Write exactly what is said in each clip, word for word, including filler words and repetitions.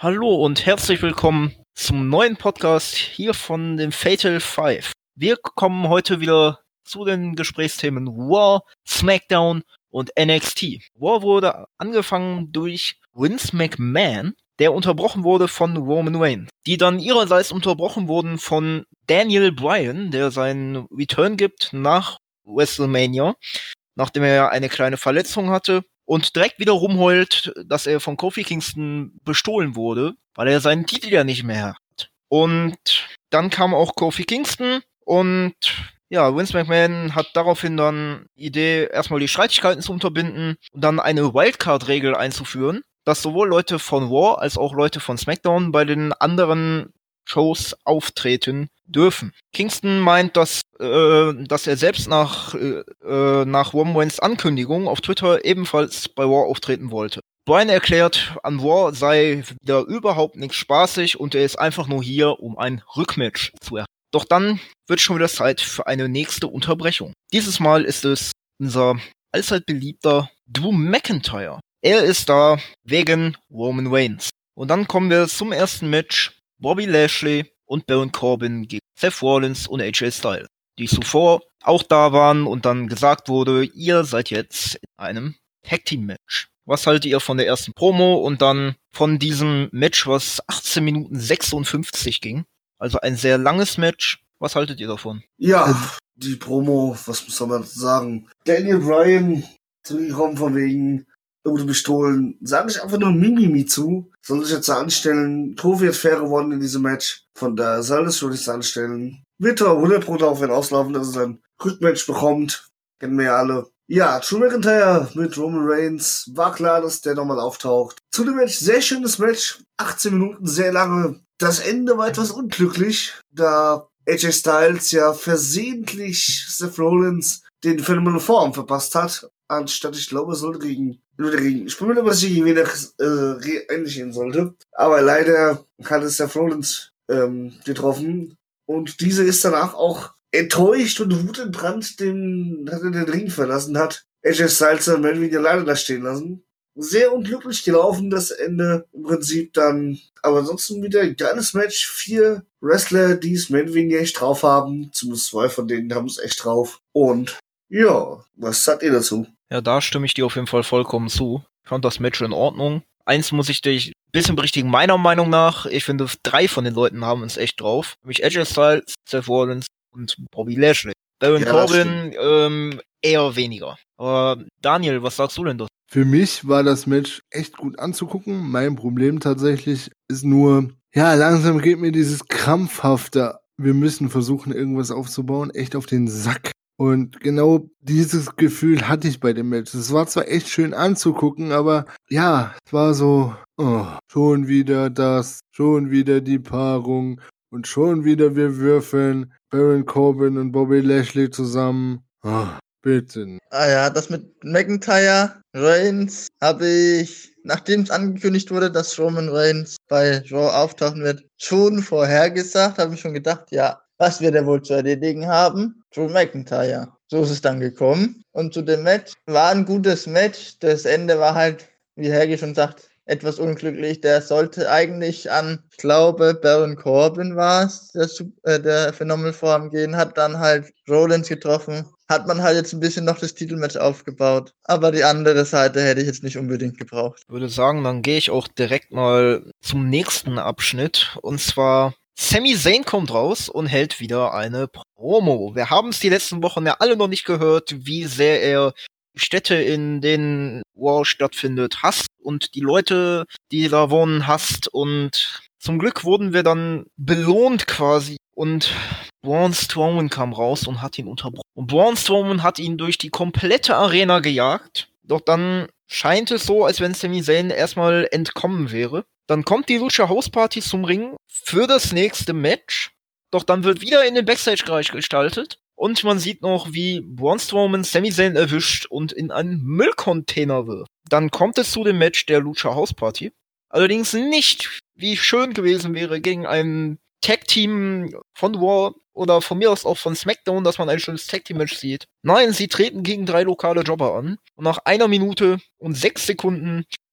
Hallo und herzlich willkommen zum neuen Podcast hier von dem Fatal Five. Wir kommen heute wieder zu den Gesprächsthemen Raw, SmackDown und N X T. Raw wurde angefangen durch Vince McMahon, der unterbrochen wurde von Roman Reigns, die dann ihrerseits unterbrochen wurden von Daniel Bryan, der seinen Return gibt nach WrestleMania, nachdem er eine kleine Verletzung hatte. Und direkt wieder rumheult, dass er von Kofi Kingston bestohlen wurde, weil er seinen Titel ja nicht mehr hat. Und dann kam auch Kofi Kingston und ja, Vince McMahon hat daraufhin dann die Idee, erstmal die Streitigkeiten zu unterbinden und dann eine Wildcard-Regel einzuführen, dass sowohl Leute von Raw als auch Leute von SmackDown bei den anderen Shows auftreten dürfen. Kingston meint, dass äh, dass er selbst nach äh, nach Roman Reigns Ankündigung auf Twitter ebenfalls bei Raw auftreten wollte. Bryan erklärt, an Raw sei wieder überhaupt nichts spaßig und er ist einfach nur hier, um ein Rückmatch zu erhalten. Doch dann wird schon wieder Zeit für eine nächste Unterbrechung. Dieses Mal ist es unser allzeit beliebter Drew McIntyre. Er ist da wegen Roman Reigns. Und dann kommen wir zum ersten Match. Bobby Lashley und Baron Corbin gegen Seth Rollins und A J Styles, die zuvor auch da waren und dann gesagt wurde, ihr seid jetzt in einem Tag-Team-Match. Was haltet ihr von der ersten Promo und dann von diesem Match, was achtzehn Minuten sechsundfünfzig ging? Also ein sehr langes Match. Was haltet ihr davon? Ja, die Promo, was muss man sagen? Daniel Bryan zurückgekommen von wegen, er wurde bestohlen. Sage ich einfach nur Mimimi zu. Soll sich jetzt anstellen. Kofi hat fair gewonnen in diesem Match. Von daher soll es schon nicht anstellen. Wird er hundert Prozent auf ihn auslaufen, dass er ein Rückmatch bekommt. Kennen wir ja alle. Ja, Drew McIntyre mit Roman Reigns. War klar, dass der nochmal auftaucht. Zu dem Match, sehr schönes Match. achtzehn Minuten, sehr lange. Das Ende war etwas unglücklich, da A J Styles ja versehentlich Seth Rollins den Phenomenal Form verpasst hat. Anstatt, ich glaube, es sollte gegen, gegen, ich bin mir nicht sicher, wen er äh, ähnlich gehen sollte. Aber leider hat es Seth Rollins ähm, getroffen. Und diese ist danach auch enttäuscht und wutentbrannt den, hat er den Ring verlassen hat. A J Styles dann mehr wieder leider da stehen lassen. Sehr unglücklich gelaufen, das Ende im Prinzip dann. Aber ansonsten wieder ein geiles Match. Vier Wrestler, die es mehr oder weniger echt drauf haben. Zumindest zwei von denen haben es echt drauf. Und ja, was sagt ihr dazu? Ja, da stimme ich dir auf jeden Fall vollkommen zu. Ich fand das Match in Ordnung. Eins muss ich dich ein bisschen berichtigen, meiner Meinung nach. Ich finde, drei von den Leuten haben es echt drauf. Nämlich A J Styles, Seth Rollins und Bobby Lashley. Baron ja, Corbin ähm, eher weniger. Aber Daniel, was sagst du denn dazu? Für mich war das Match echt gut anzugucken. Mein Problem tatsächlich ist nur, ja, langsam geht mir dieses krampfhafte, wir müssen versuchen, irgendwas aufzubauen, echt auf den Sack. Und genau dieses Gefühl hatte ich bei dem Match. Es war zwar echt schön anzugucken, aber ja, es war so, oh, schon wieder das, schon wieder die Paarung und schon wieder wir würfeln Baron Corbin und Bobby Lashley zusammen. Oh, bitte. Ah ja, das mit McIntyre, Reigns, habe ich, nachdem es angekündigt wurde, dass Roman Reigns bei Raw auftauchen wird, schon vorhergesagt, habe ich schon gedacht, ja, was wird er wohl zu erledigen haben? Drew McIntyre. So ist es dann gekommen. Und zu dem Match war ein gutes Match. Das Ende war halt, wie Helge schon sagt, etwas unglücklich. Der sollte eigentlich an, ich glaube, Baron Corbin war es, der, äh, der Phenomenal Form gehen, hat dann halt Rollins getroffen. Hat man halt jetzt ein bisschen noch das Titelmatch aufgebaut. Aber die andere Seite hätte ich jetzt nicht unbedingt gebraucht. Ich würde sagen, dann gehe ich auch direkt mal zum nächsten Abschnitt. Und zwar Sami Zayn kommt raus und hält wieder eine Promo. Wir haben es die letzten Wochen ja alle noch nicht gehört, wie sehr er Städte, in denen Raw stattfindet, hasst und die Leute, die da wohnen, hasst. Und zum Glück wurden wir dann belohnt quasi. Und Braun Strowman kam raus und hat ihn unterbrochen. Und Braun Strowman hat ihn durch die komplette Arena gejagt. Doch dann scheint es so, als wenn Sami Zayn erstmal entkommen wäre. Dann kommt die Lucha House Party zum Ring für das nächste Match. Doch dann wird wieder in den Backstage-Bereich gestaltet. Und man sieht noch, wie Braun Strowman Sami Zayn erwischt und in einen Müllcontainer wirft. Dann kommt es zu dem Match der Lucha House Party. Allerdings nicht, wie schön gewesen wäre, gegen ein Tag-Team von Raw oder von mir aus auch von SmackDown, dass man ein schönes Tag-Team-Match sieht. Nein, sie treten gegen drei lokale Jobber an. Und nach einer Minute und sechs Sekunden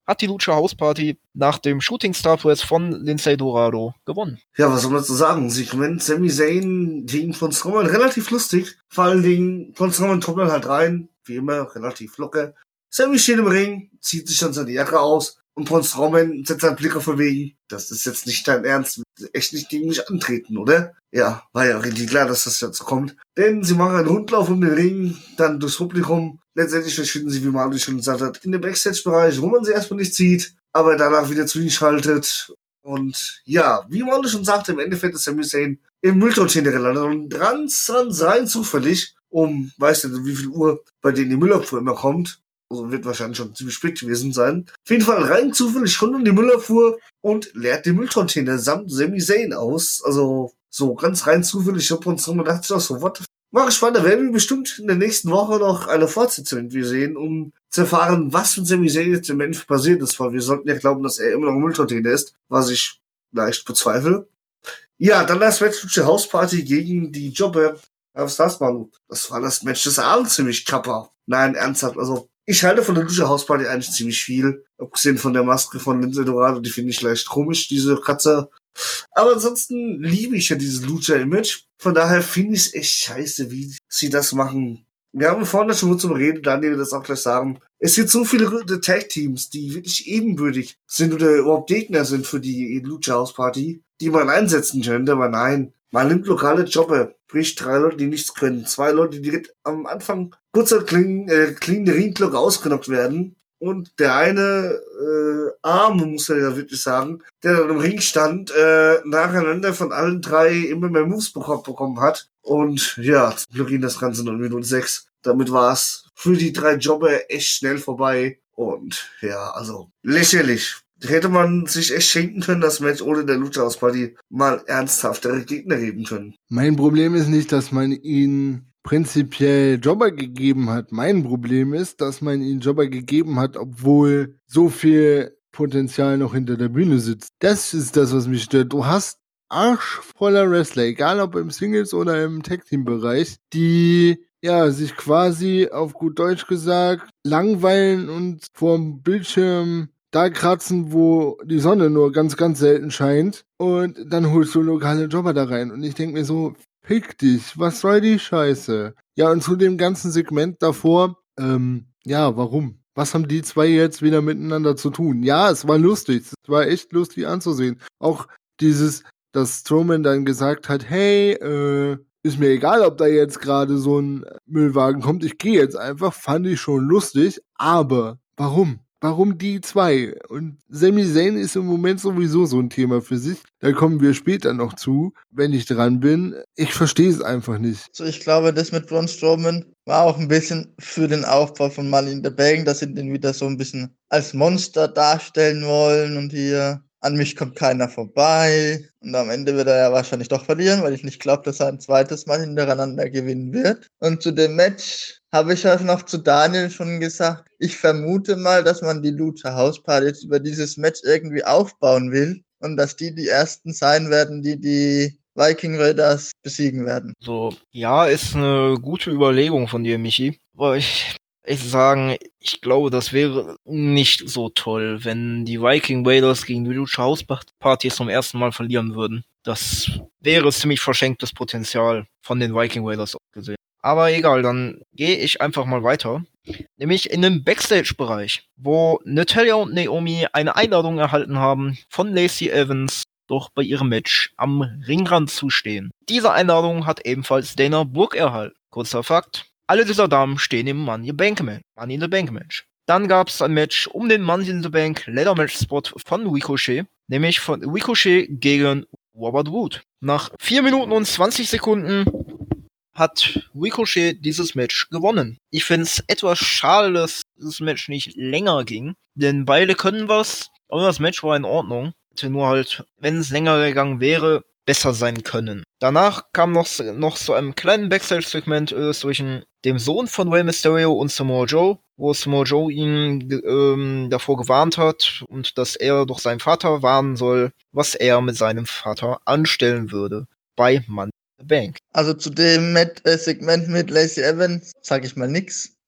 hat die Lucha House Party nach dem Shooting Star Press von Lindsay Dorado gewonnen. Ja, was soll man dazu sagen? Segment Sami Zayn gegen von Strowman relativ lustig. Vor allen Dingen von Strowman kommt dann halt rein, wie immer, relativ locker. Sami steht im Ring, zieht sich dann seine Jacke aus und von Strowman setzt seinen Blick auf den Weg. Das ist jetzt nicht dein Ernst, echt nicht gegen mich antreten, oder? Ja, war ja richtig klar, dass das jetzt kommt. Denn sie machen einen Rundlauf um den Ring, dann durchs Publikum. Letztendlich verschwinden sie, wie Manu schon gesagt hat, in den Backstage-Bereich, wo man sie erstmal nicht sieht, aber danach wieder zwischenschaltet. Und ja, wie Manu schon sagte, im Endeffekt ist Sami Zayn im Müllcontainer gelandet und ganz, ganz rein zufällig, um, weißt du, wie viel Uhr bei denen die Müllabfuhr immer kommt. Also wird wahrscheinlich schon ziemlich spät gewesen sein. Auf jeden Fall rein zufällig rund um die Müllabfuhr und leert den Müllcontainer samt Sami Zayn aus. Also so ganz rein zufällig. Ich hab uns drum gedacht, so, what the f***. War gespannt, da werden wir bestimmt in der nächsten Woche noch eine Fortsetzung sehen, um zu erfahren, was mit Sami Zayn jetzt im Endeffekt passiert ist, weil wir sollten ja glauben, dass er immer noch ein Müllcontainer ist, was ich leicht bezweifle. Ja, dann das Match Lucha House Party gegen die Jobber. Was ist das, Manu? Das war das Match des Abends ziemlich kapper. Nein, ernsthaft, also ich halte von der Lucha House Party eigentlich ziemlich viel. Abgesehen von der Maske von Lindsay Dorado, die finde ich leicht komisch, diese Katze. Aber ansonsten liebe ich ja dieses Lucha-Image. Von daher finde ich es echt scheiße, wie sie das machen. Wir haben vorhin schon zum Reden, Daniel wird das auch gleich sagen. Es gibt so viele Tag-Teams, die wirklich ebenbürtig sind oder überhaupt Gegner sind für die Lucha House Party, die man einsetzen könnte, aber nein. Man nimmt lokale Jobber, sprich drei Leute, die nichts können, zwei Leute, die direkt am Anfang kurzer clean, äh, clean Ringglocke ausgenockt werden und der eine äh, Arme, muss er ja wirklich sagen, der dann im Ring stand, äh, nacheinander von allen drei immer mehr Moves bekommen hat und ja, zum Glück ging das Ganze neun Minuten sechs. Damit war es für die drei Jobber echt schnell vorbei und ja, also lächerlich. Hätte man sich echt schenken können, das Match ohne der Lucha House Party mal ernsthaftere Gegner geben können. Mein Problem ist nicht, dass man ihn prinzipiell Jobber gegeben hat. Mein Problem ist, dass man ihn Jobber gegeben hat, obwohl so viel Potenzial noch hinter der Bühne sitzt. Das ist das, was mich stört. Du hast arschvoller Wrestler, egal ob im Singles- oder im Tag-Team-Bereich, die ja sich quasi auf gut Deutsch gesagt langweilen und vorm Bildschirm da kratzen, wo die Sonne nur ganz, ganz selten scheint und dann holst du lokale Jobber da rein und ich denke mir so, fick dich, was soll die Scheiße? Ja, und zu dem ganzen Segment davor, ähm, ja, warum? Was haben die zwei jetzt wieder miteinander zu tun? Ja, es war lustig, es war echt lustig anzusehen. Auch dieses, dass Strowman dann gesagt hat, hey, äh, ist mir egal, ob da jetzt gerade so ein Müllwagen kommt, ich gehe jetzt einfach, fand ich schon lustig, aber warum? Warum die zwei? Und Sami Zayn ist im Moment sowieso so ein Thema für sich. Da kommen wir später noch zu, wenn ich dran bin. Ich verstehe es einfach nicht. So, ich glaube, das mit Braun Strowman war auch ein bisschen für den Aufbau von Money in the Bank, dass sie den wieder so ein bisschen als Monster darstellen wollen und hier an mich kommt keiner vorbei. Und am Ende wird er ja wahrscheinlich doch verlieren, weil ich nicht glaube, dass er ein zweites Mal hintereinander gewinnen wird. Und zu dem Match habe ich ja noch zu Daniel schon gesagt, ich vermute mal, dass man die Lucha House Party jetzt über dieses Match irgendwie aufbauen will und dass die die ersten sein werden, die die Viking Raiders besiegen werden. So, ja, ist eine gute Überlegung von dir, Michi. Aber ich echt sagen, ich glaube, das wäre nicht so toll, wenn die Viking Raiders gegen die Lucha House Party zum ersten Mal verlieren würden. Das wäre ziemlich verschenktes Potenzial von den Viking Raiders gesehen. Aber egal, dann gehe ich einfach mal weiter. Nämlich in den Backstage-Bereich, wo Natalya und Naomi eine Einladung erhalten haben von Lacey Evans, doch bei ihrem Match am Ringrand zu stehen. Diese Einladung hat ebenfalls Dana Brooke erhalten. Kurzer Fakt, alle dieser Damen stehen im Money in the Bank Match. Money in the Bank Match. Dann gab es ein Match um den Money in the Bank Ladder Match Spot von Ricochet, nämlich von Ricochet gegen Robert Roode. Nach vier Minuten und zwanzig Sekunden hat Ricochet dieses Match gewonnen. Ich finde es etwas schade, dass dieses Match nicht länger ging, denn beide können was, aber das Match war in Ordnung. Hätte nur halt, wenn es länger gegangen wäre, besser sein können. Danach kam noch, noch so ein kleinen Backstage-Segment äh, zwischen dem Sohn von Rey Mysterio und Samoa Joe, wo Samoa Joe ihn ähm, davor gewarnt hat und dass er doch seinen Vater warnen soll, was er mit seinem Vater anstellen würde bei Money in the Bank. Also zu dem Met- äh, Segment mit Lacey Evans sage ich mal nix.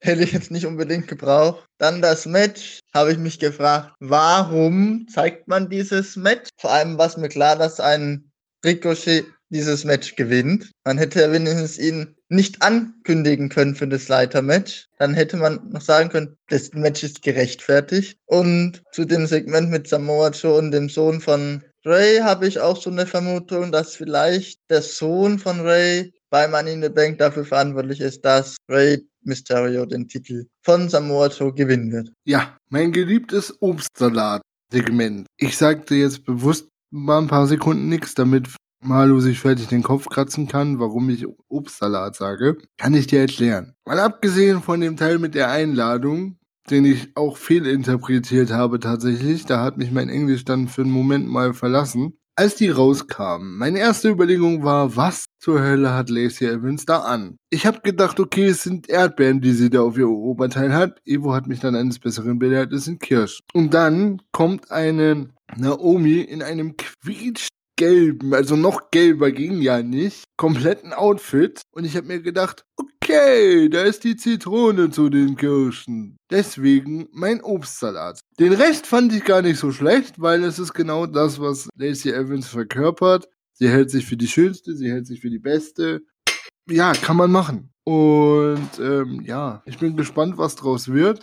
hätte ich jetzt nicht unbedingt gebraucht. Dann das Match, habe ich mich gefragt, warum zeigt man dieses Match? Vor allem war es mir klar, dass ein Ricochet dieses Match gewinnt. Man hätte ja wenigstens ihn nicht ankündigen können für das Leitermatch. Dann hätte man noch sagen können, das Match ist gerechtfertigt. Und zu dem Segment mit Samoa Joe und dem Sohn von Ray habe ich auch so eine Vermutung, dass vielleicht der Sohn von Ray bei Money in the Bank dafür verantwortlich ist, dass Ray Mysterio den Titel von Samoa Joe gewinnen wird. Ja, mein geliebtes Obstsalat-Segment. Ich sagte jetzt bewusst mal ein paar Sekunden nichts, damit Malu sich fertig den Kopf kratzen kann, warum ich Obstsalat sage. Kann ich dir erklären. Mal abgesehen von dem Teil mit der Einladung, den ich auch fehlinterpretiert habe tatsächlich, da hat mich mein Englisch dann für einen Moment mal verlassen. Als die rauskamen, meine erste Überlegung war, was zur Hölle hat Lacey Evans da an? Ich habe gedacht, okay, es sind Erdbeeren, die sie da auf ihr Oberteil hat. Evo hat mich dann eines Besseren belehrt, es sind Kirschen. Und dann kommt eine Naomi in einem quietschgelben, also noch gelber ging ja nicht, kompletten Outfit. Und ich habe mir gedacht, okay, da ist die Zitrone zu den Kirschen. Deswegen mein Obstsalat. Den Rest fand ich gar nicht so schlecht, weil es ist genau das, was Lacey Evans verkörpert. Sie hält sich für die Schönste, sie hält sich für die Beste. Ja, kann man machen. Und ähm, ja, ich bin gespannt, was draus wird.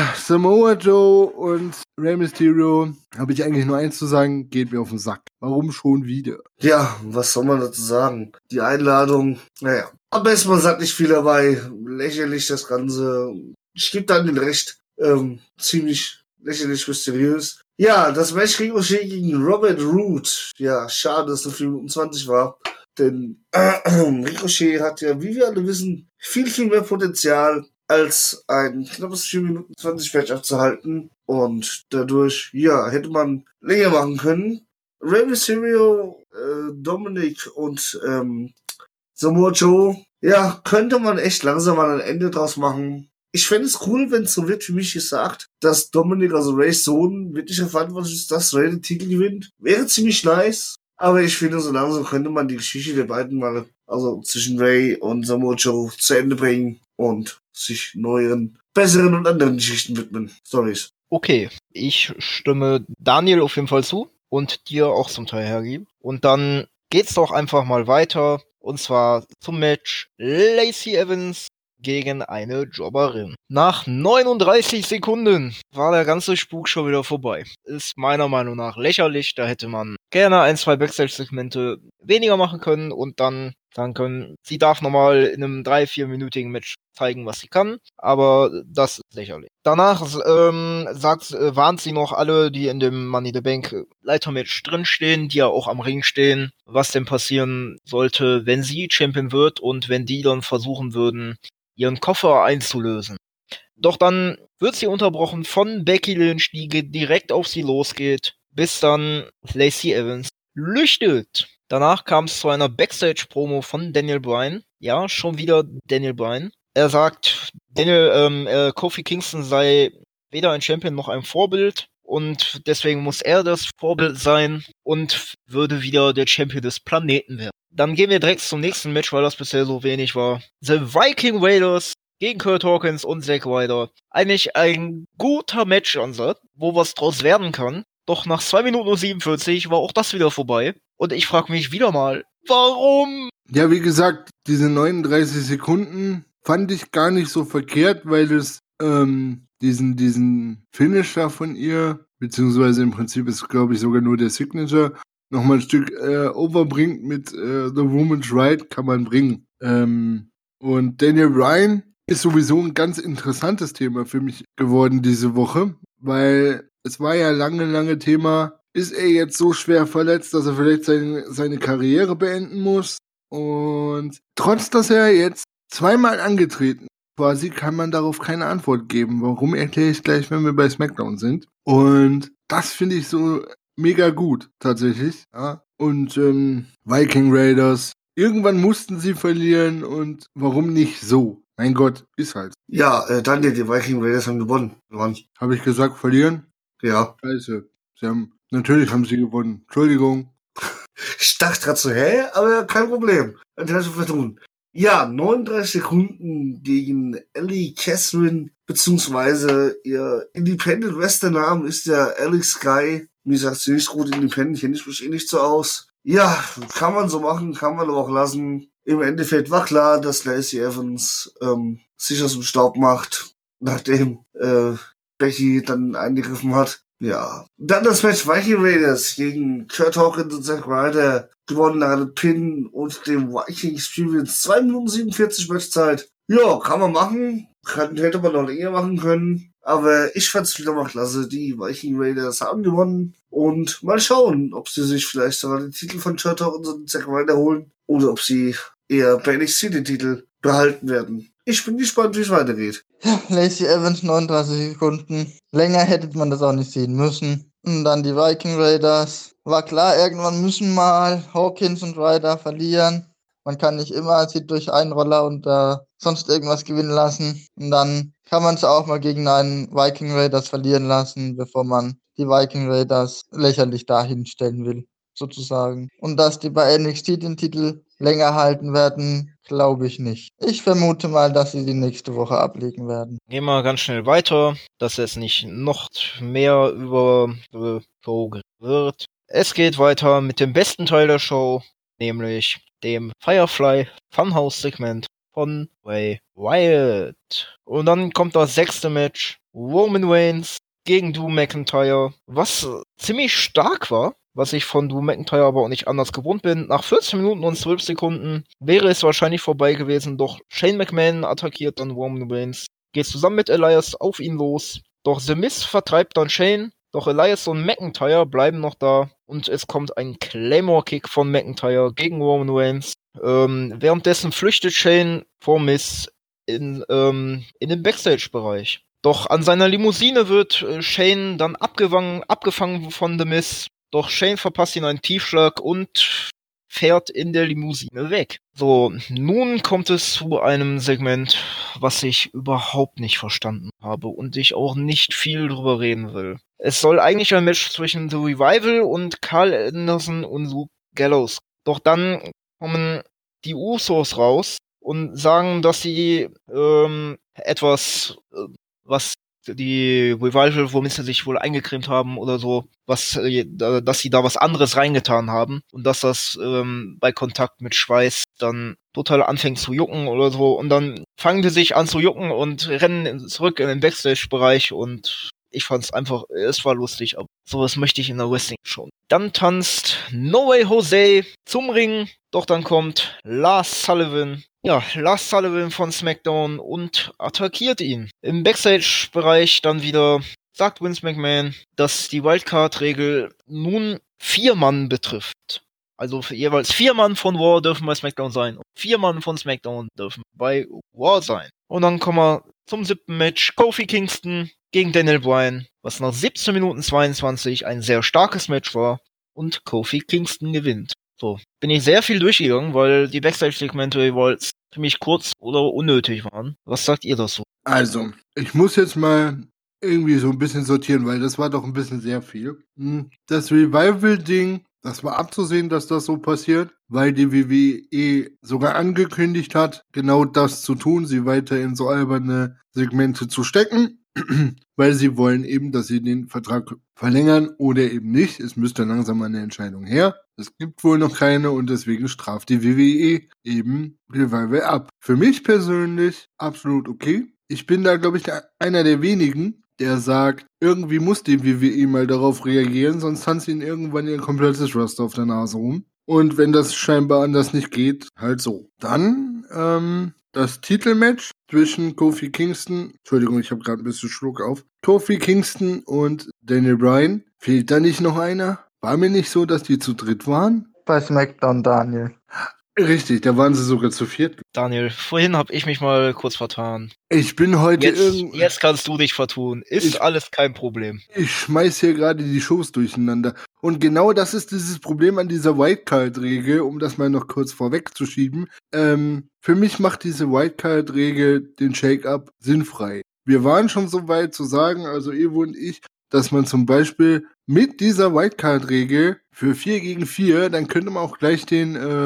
Samoa Joe und Rey Mysterio, habe ich eigentlich nur eins zu sagen, geht mir auf den Sack. Warum schon wieder? Ja, was soll man dazu sagen? Die Einladung, naja. Am besten, man sagt nicht viel dabei. Lächerlich das Ganze. Ich gebe dann den Recht. Ähm, ziemlich lächerlich mysteriös. Ja, das Match Ricochet gegen Robert Roode. Ja, schade, dass es nur vier Minuten zwanzig war. Denn äh, Ricochet hat ja, wie wir alle wissen, viel, viel mehr Potenzial als ein knappes vier Minuten zwanzig Match abzuhalten. Und dadurch, ja, hätte man länger machen können. Rey Mysterio, äh, Dominic und ähm, Samoa Joe, ja, könnte man echt langsam mal ein Ende draus machen. Ich fände es cool, wenn es so wird, wie mich gesagt, dass Dominic, also Rays Sohn, wirklich verantwortlich ist, dass Ray den Titel gewinnt. Wäre ziemlich nice. Aber ich finde, so langsam könnte man die Geschichte der beiden mal, also zwischen Ray und Samoa Joe, zu Ende bringen und sich neuen, besseren und anderen Geschichten widmen. Stories. Okay, ich stimme Daniel auf jeden Fall zu und dir auch zum Teil, Hergi. Und dann geht's doch einfach mal weiter. Und zwar zum Match Lacey Evans gegen eine Jobberin. Nach neununddreißig Sekunden war der ganze Spuk schon wieder vorbei. Ist meiner Meinung nach lächerlich. Da hätte man gerne ein, zwei Backstage-Segmente weniger machen können und dann sagen können, sie darf nochmal in einem drei-, vierminütigen Match zeigen, was sie kann. Aber das ist lächerlich. Danach ähm, sagt, äh, warnt sie noch alle, die in dem Money in the Bank Leitermatch drinstehen, die ja auch am Ring stehen, was denn passieren sollte, wenn sie Champion wird und wenn die dann versuchen würden, ihren Koffer einzulösen. Doch dann wird sie unterbrochen von Becky Lynch, die direkt auf sie losgeht, bis dann Lacey Evans flüchtet. Danach kam es zu einer Backstage-Promo von Daniel Bryan. Ja, schon wieder Daniel Bryan. Er sagt, Daniel, ähm, äh, Kofi Kingston sei weder ein Champion noch ein Vorbild und deswegen muss er das Vorbild sein und würde wieder der Champion des Planeten werden. Dann gehen wir direkt zum nächsten Match, weil das bisher so wenig war. The Viking Raiders gegen Kurt Hawkins und Zack Ryder. Eigentlich ein guter Matchansatz, wo was draus werden kann. Doch nach zwei Minuten und siebenundvierzig war auch das wieder vorbei. Und ich frage mich wieder mal, warum? Ja, wie gesagt, diese neununddreißig Sekunden fand ich gar nicht so verkehrt, weil es ähm, diesen, diesen Finisher von ihr, beziehungsweise im Prinzip ist, glaube ich, sogar nur der Signature, nochmal ein Stück äh, overbringt mit äh, The Woman's Right, kann man bringen. Ähm, und Daniel Bryan ist sowieso ein ganz interessantes Thema für mich geworden diese Woche, weil es war ja lange, lange Thema, ist er jetzt so schwer verletzt, dass er vielleicht seine, seine Karriere beenden muss? Und trotz, dass er jetzt zweimal angetreten quasi, kann man darauf keine Antwort geben. Warum, erkläre ich gleich, wenn wir bei SmackDown sind. Und das finde ich so mega gut, tatsächlich. Ja. Und ähm, Viking Raiders, irgendwann mussten sie verlieren und warum nicht so? Mein Gott, ist halt. Ja, äh, Daniel, die Viking Raiders haben gewonnen. Habe ich gesagt, verlieren? Ja. Scheiße. Sie haben, natürlich haben sie gewonnen. Entschuldigung. Ich dachte gerade so, hä? Aber kein Problem. Dann kannst du vertun. Ja, neununddreißig Sekunden gegen Ellie Catherine, beziehungsweise ihr Independent Wrestler Name ist ja Alex Sky. Wie gesagt, sie nicht gut Independent, kenne ich mich eh nicht so aus. Ja, kann man so machen, kann man aber auch lassen. Im Endeffekt war klar, dass Lacey Evans ähm, sich aus dem Staub macht, nachdem äh, Becky dann eingegriffen hat. Ja. Dann das Match Viking Raiders gegen Kurt Hawkins und Zack Ryder. Gewonnen nach einem Pin und dem Viking Experience. zwei Minuten siebenundvierzig Matchzeit. Ja, kann man machen. Kann, hätte man noch länger machen können. Aber ich fand's wieder mal klasse. Die Viking Raiders haben gewonnen. Und mal schauen, ob sie sich vielleicht sogar den Titel von Kurt Hawkins und Zack Ryder holen. Oder ob sie eher bei N X T den Titel behalten werden. Ich bin gespannt, wie es weitergeht. Ja, Lacey Evans, neununddreißig Sekunden. Länger hätte man das auch nicht sehen müssen. Und dann die Viking Raiders. War klar, irgendwann müssen mal Hawkins und Ryder verlieren. Man kann nicht immer sie durch einen Roller und äh, sonst irgendwas gewinnen lassen. Und dann kann man es auch mal gegen einen Viking Raiders verlieren lassen, bevor man die Viking Raiders lächerlich dahin stellen will, sozusagen. Und dass die bei N X T den Titel länger halten werden, glaube ich nicht. Ich vermute mal, dass sie die nächste Woche ablegen werden. Gehen wir ganz schnell weiter, dass es nicht noch mehr über die Show wird. Es geht weiter mit dem besten Teil der Show, nämlich dem Firefly Funhouse Segment von Bray Wyatt. Und dann kommt das sechste Match, Roman Reigns gegen Drew McIntyre, was ziemlich stark war, was ich von Drew McIntyre aber auch nicht anders gewohnt bin. Nach vierzehn Minuten und zwölf Sekunden wäre es wahrscheinlich vorbei gewesen, doch Shane McMahon attackiert dann Roman Reigns, geht zusammen mit Elias auf ihn los, doch The Miz vertreibt dann Shane, doch Elias und McIntyre bleiben noch da und es kommt ein Claymore-Kick von McIntyre gegen Roman Reigns. Ähm, währenddessen flüchtet Shane vor Miz in, ähm, in den Backstage-Bereich. Doch an seiner Limousine wird äh, Shane dann abgefangen, abgefangen von The Miz. Doch Shane verpasst ihn einen Tiefschlag und fährt in der Limousine weg. So, nun kommt es zu einem Segment, was ich überhaupt nicht verstanden habe und ich auch nicht viel drüber reden will. Es soll eigentlich ein Match zwischen The Revival und Carl Anderson und Luke Gallows. Doch dann kommen die Usos raus und sagen, dass sie ähm, etwas, äh, was die Revival, womit sie sich wohl eingecremt haben oder so, was, äh, dass sie da was anderes reingetan haben und dass das ähm, bei Kontakt mit Schweiß dann total anfängt zu jucken oder so und dann fangen die sich an zu jucken und rennen zurück in den Backstage-Bereich und ich fand's einfach, es war lustig, aber sowas möchte ich in der Wrestling-Show. Dann tanzt No Way Jose zum Ring, doch dann kommt Lars Sullivan, ja, Lars Sullivan von SmackDown und attackiert ihn. Im Backstage-Bereich dann wieder sagt Vince McMahon, dass die Wildcard-Regel nun vier Mann betrifft. Also für jeweils vier Mann von Raw dürfen bei SmackDown sein und vier Mann von SmackDown dürfen bei Raw sein. Und dann kommen wir zum siebten Match, Kofi Kingston gegen Daniel Bryan, was nach siebzehn Minuten zweiundzwanzig ein sehr starkes Match war und Kofi Kingston gewinnt. So, bin ich sehr viel durchgegangen, weil die Backstage-Segmente jeweils ziemlich kurz oder unnötig waren. Was sagt ihr dazu? Also, ich muss jetzt mal irgendwie so ein bisschen sortieren, weil das war doch ein bisschen sehr viel. Das Revival-Ding, das war abzusehen, dass das so passiert, weil die W W E sogar angekündigt hat, genau das zu tun, sie weiter in so alberne Segmente zu stecken, weil sie wollen eben, dass sie den Vertrag verlängern oder eben nicht. Es müsste langsam eine Entscheidung her. Es gibt wohl noch keine und deswegen straft die W W E eben Revival ab. Für mich persönlich absolut okay. Ich bin da, glaube ich, einer der wenigen, der sagt, irgendwie muss die W W E mal darauf reagieren, sonst tanzt ihnen irgendwann ihr komplettes Roster auf der Nase rum. Und wenn das scheinbar anders nicht geht, halt so. Dann ähm, das Titelmatch zwischen Kofi Kingston, Entschuldigung, ich habe gerade ein bisschen Schluck auf, Kofi Kingston und Daniel Bryan. Fehlt da nicht noch einer? War mir nicht so, dass die zu dritt waren? Bei SmackDown, Daniel. Richtig, da waren sie sogar zu viert. Daniel, vorhin habe ich mich mal kurz vertan. Ich bin heute Jetzt, irgendwie... jetzt kannst du dich vertun. Ist Ich- alles kein Problem. Ich schmeiß hier gerade die Shows durcheinander. Und genau das ist dieses Problem an dieser Wildcard-Regel, um das mal noch kurz vorwegzuschieben. Ähm, für mich macht diese Wildcard-Regel den Shake-Up sinnfrei. Wir waren schon so weit zu sagen, also Evo und ich, dass man zum Beispiel mit dieser Wildcard-Regel für vier gegen vier, dann könnte man auch gleich den, äh,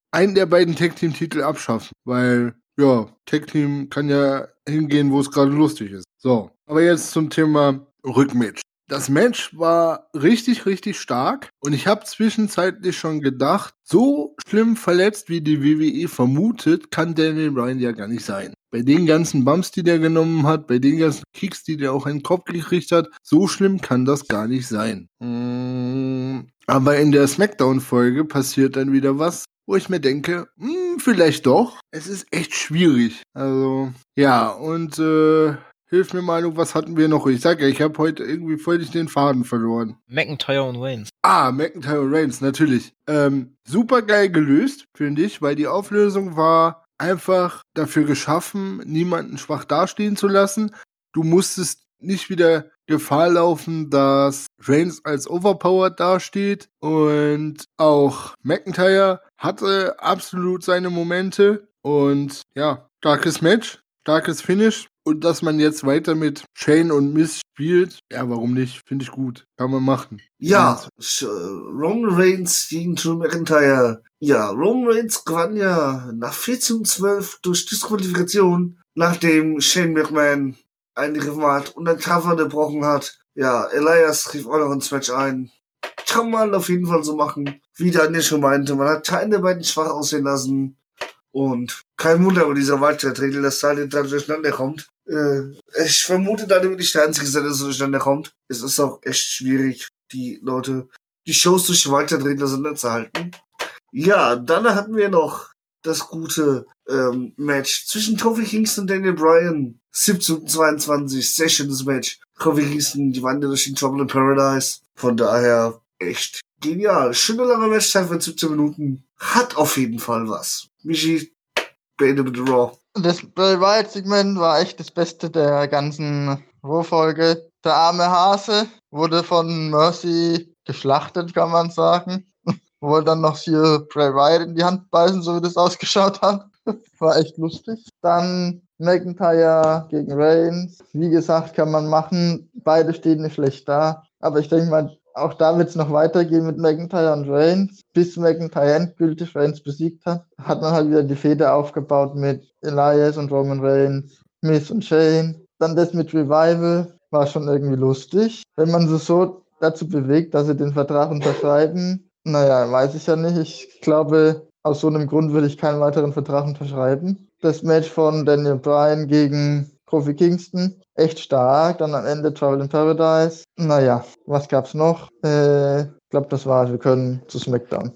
einen der beiden Tag-Team-Titel abschaffen, weil, ja, Tag-Team kann ja hingehen, wo es gerade lustig ist. So, aber jetzt zum Thema Rückmatch. Das Match war richtig, richtig stark und ich habe zwischenzeitlich schon gedacht, so schlimm verletzt, wie die W W E vermutet, kann Daniel Bryan ja gar nicht sein. Bei den ganzen Bumps, die der genommen hat, bei den ganzen Kicks, die der auch in den Kopf gekriegt hat, so schlimm kann das gar nicht sein. Mm, aber in der SmackDown-Folge passiert dann wieder was, wo ich mir denke, hm, vielleicht doch. Es ist echt schwierig. Also, ja, und äh, hilf mir mal, was hatten wir noch? Ich sag ja, ich habe heute irgendwie völlig den Faden verloren. McIntyre und Reigns. Ah, McIntyre und Reigns, natürlich. Ähm, super geil gelöst, finde ich, weil die Auflösung war einfach dafür geschaffen, niemanden schwach dastehen zu lassen. Du musstest nicht wieder Gefahr laufen, dass Reigns als overpowered dasteht. Und auch McIntyre hatte absolut seine Momente. Und ja, starkes Match, starkes Finish. Und dass man jetzt weiter mit Shane und Miz spielt, ja, warum nicht? Finde ich gut. Kann man machen. Ja, Sch- Roman Reigns gegen Drew McIntyre. Ja, Roman Reigns gewann ja nach vierzehn zu zwölf durch Disqualifikation, nachdem Shane McMahon eingegriffen hat und den Cover gebrochen hat. Ja, Elias rief auch noch ins Match ein. Kann man auf jeden Fall so machen. Wie Daniel schon meinte, man hat keine beiden schwach aussehen lassen. Und kein Wunder, wo dieser Waldschrittregel, dass da dann durcheinander kommt. Äh, ich vermute, da nicht der einzige sein, dass es durcheinander kommt. Es ist auch echt schwierig, die Leute, die Shows durch die Waldschrittregel auseinanderzuhalten. Ja, dann hatten wir noch das gute ähm, Match zwischen Kofi Kingston und Daniel Bryan. siebzehn zweiundzwanzig, sehr schönes Match. Kofi Kingston, die wandern durch den Trouble in Paradise. Von daher echt genial. Schöne lange Matchzeit von siebzehn Minuten. Hat auf jeden Fall was. Michi, beende bitte Raw. Das Bray Wyatt-Segment war echt das Beste der ganzen Raw-Folge. Der arme Hase wurde von Mercy geschlachtet, kann man sagen. Wollte dann noch hier Bray Wyatt in die Hand beißen, so wie das ausgeschaut hat. War echt lustig. Dann McIntyre gegen Reigns. Wie gesagt, kann man machen. Beide stehen nicht schlecht da. Aber ich denke mal, auch da wird es noch weitergehen mit McIntyre und Reigns. Bis McIntyre endgültig Reigns besiegt hat, hat man halt wieder die Fehde aufgebaut mit Elias und Roman Reigns, Miz und Shane. Dann das mit Revival. War schon irgendwie lustig. Wenn man sie so dazu bewegt, dass sie den Vertrag unterschreiben, naja, weiß ich ja nicht. Ich glaube, aus so einem Grund würde ich keinen weiteren Vertrag unterschreiben. Das Match von Daniel Bryan gegen Kofi Kingston, echt stark. Dann am Ende Trouble in Paradise. Naja, was gab's noch? Äh, ich glaube, das war's. Wir können zu SmackDown.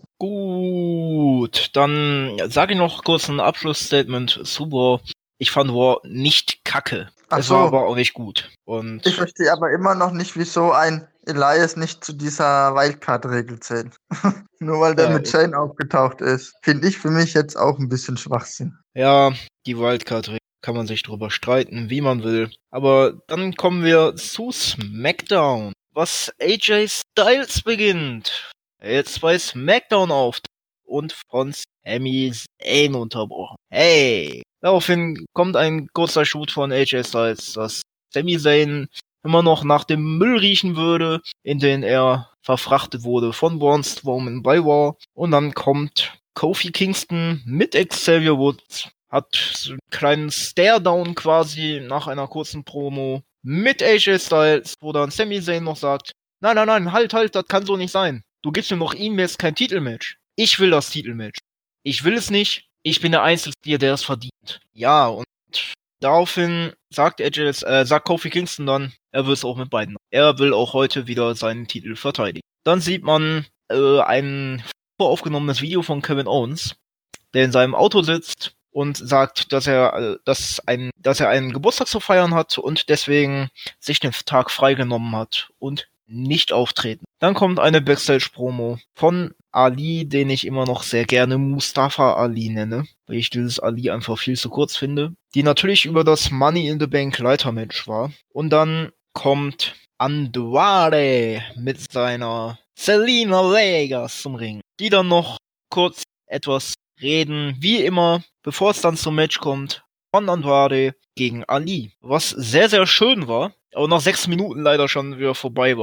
Gut, dann sage ich noch kurz ein Abschlussstatement zu Raw. Ich fand Raw nicht kacke. Ach Es so. war aber auch nicht gut. Und Ich verstehe aber immer noch nicht, wieso ein Elias nicht zu dieser Wildcard-Regel zählt. Nur weil der Ja, mit Shane aufgetaucht ist. Finde ich für mich jetzt auch ein bisschen Schwachsinn. ja, die Wildcard kann man sich drüber streiten, wie man will. Aber dann kommen wir zu SmackDown. Was A J Styles beginnt. Jetzt bei SmackDown auf und von Sami Zayn unterbrochen. Hey! Daraufhin kommt ein kurzer Shoot von A J Styles, dass Sami Zayn immer noch nach dem Müll riechen würde, in den er verfrachtet wurde von Braun Strowman bei Raw. Und dann kommt Kofi Kingston mit Xavier Woods, hat so einen kleinen Stare-Down quasi nach einer kurzen Promo mit A J Styles, wo dann Sami Zayn noch sagt, nein, nein, nein, halt, halt, das kann so nicht sein. Du gibst mir noch ihm jetzt kein Titelmatch. Ich will das Titelmatch. Ich will es nicht. Ich bin der Einzige, der es verdient. Ja, und daraufhin sagt, A J, äh, sagt Kofi Kingston dann, er will es auch mit beiden. Er will auch heute wieder seinen Titel verteidigen. Dann sieht man äh, ein voraufgenommenes Video von Kevin Owens, der in seinem Auto sitzt und sagt, dass er, äh, dass ein, dass er einen Geburtstag zu feiern hat und deswegen sich den Tag freigenommen hat und nicht auftreten. Dann kommt eine Backstage-Promo von Ali, den ich immer noch sehr gerne Mustafa Ali nenne, weil ich dieses Ali einfach viel zu kurz finde, die natürlich über das Money in the Bank Leitermatch war. Und dann kommt Andrade mit seiner Selena Vega zum Ring, die dann noch kurz etwas reden, wie immer, bevor es dann zum Match kommt, von Andrade gegen Ali, was sehr, sehr schön war, aber nach sechs Minuten leider schon wieder vorbei war.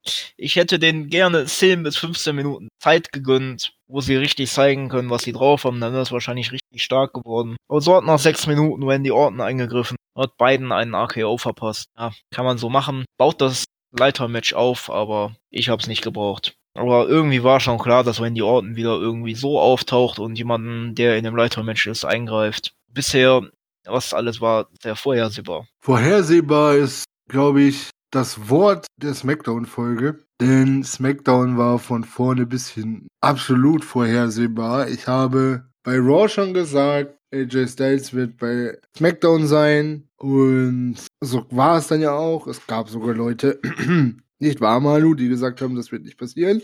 Ich hätte denen gerne zehn bis fünfzehn Minuten Zeit gegönnt, wo sie richtig zeigen können, was sie drauf haben. Dann wäre es wahrscheinlich richtig stark geworden. Aber so hat nach sechs Minuten Randy Orton eingegriffen. Hat beiden einen R K O verpasst. Ja, kann man so machen. Baut das Leitermatch auf, aber ich hab's nicht gebraucht. Aber irgendwie war schon klar, dass Randy Orton wieder irgendwie so auftaucht und jemanden, der in dem Leitermatch ist, eingreift. Bisher, was alles war, sehr vorhersehbar. Vorhersehbar ist, glaube ich, das Wort der SmackDown-Folge, denn SmackDown war von vorne bis hinten absolut vorhersehbar. Ich habe bei Raw schon gesagt, A J Styles wird bei SmackDown sein und so war es dann ja auch. Es gab sogar Leute, nicht wahr, Malu, die gesagt haben, das wird nicht passieren.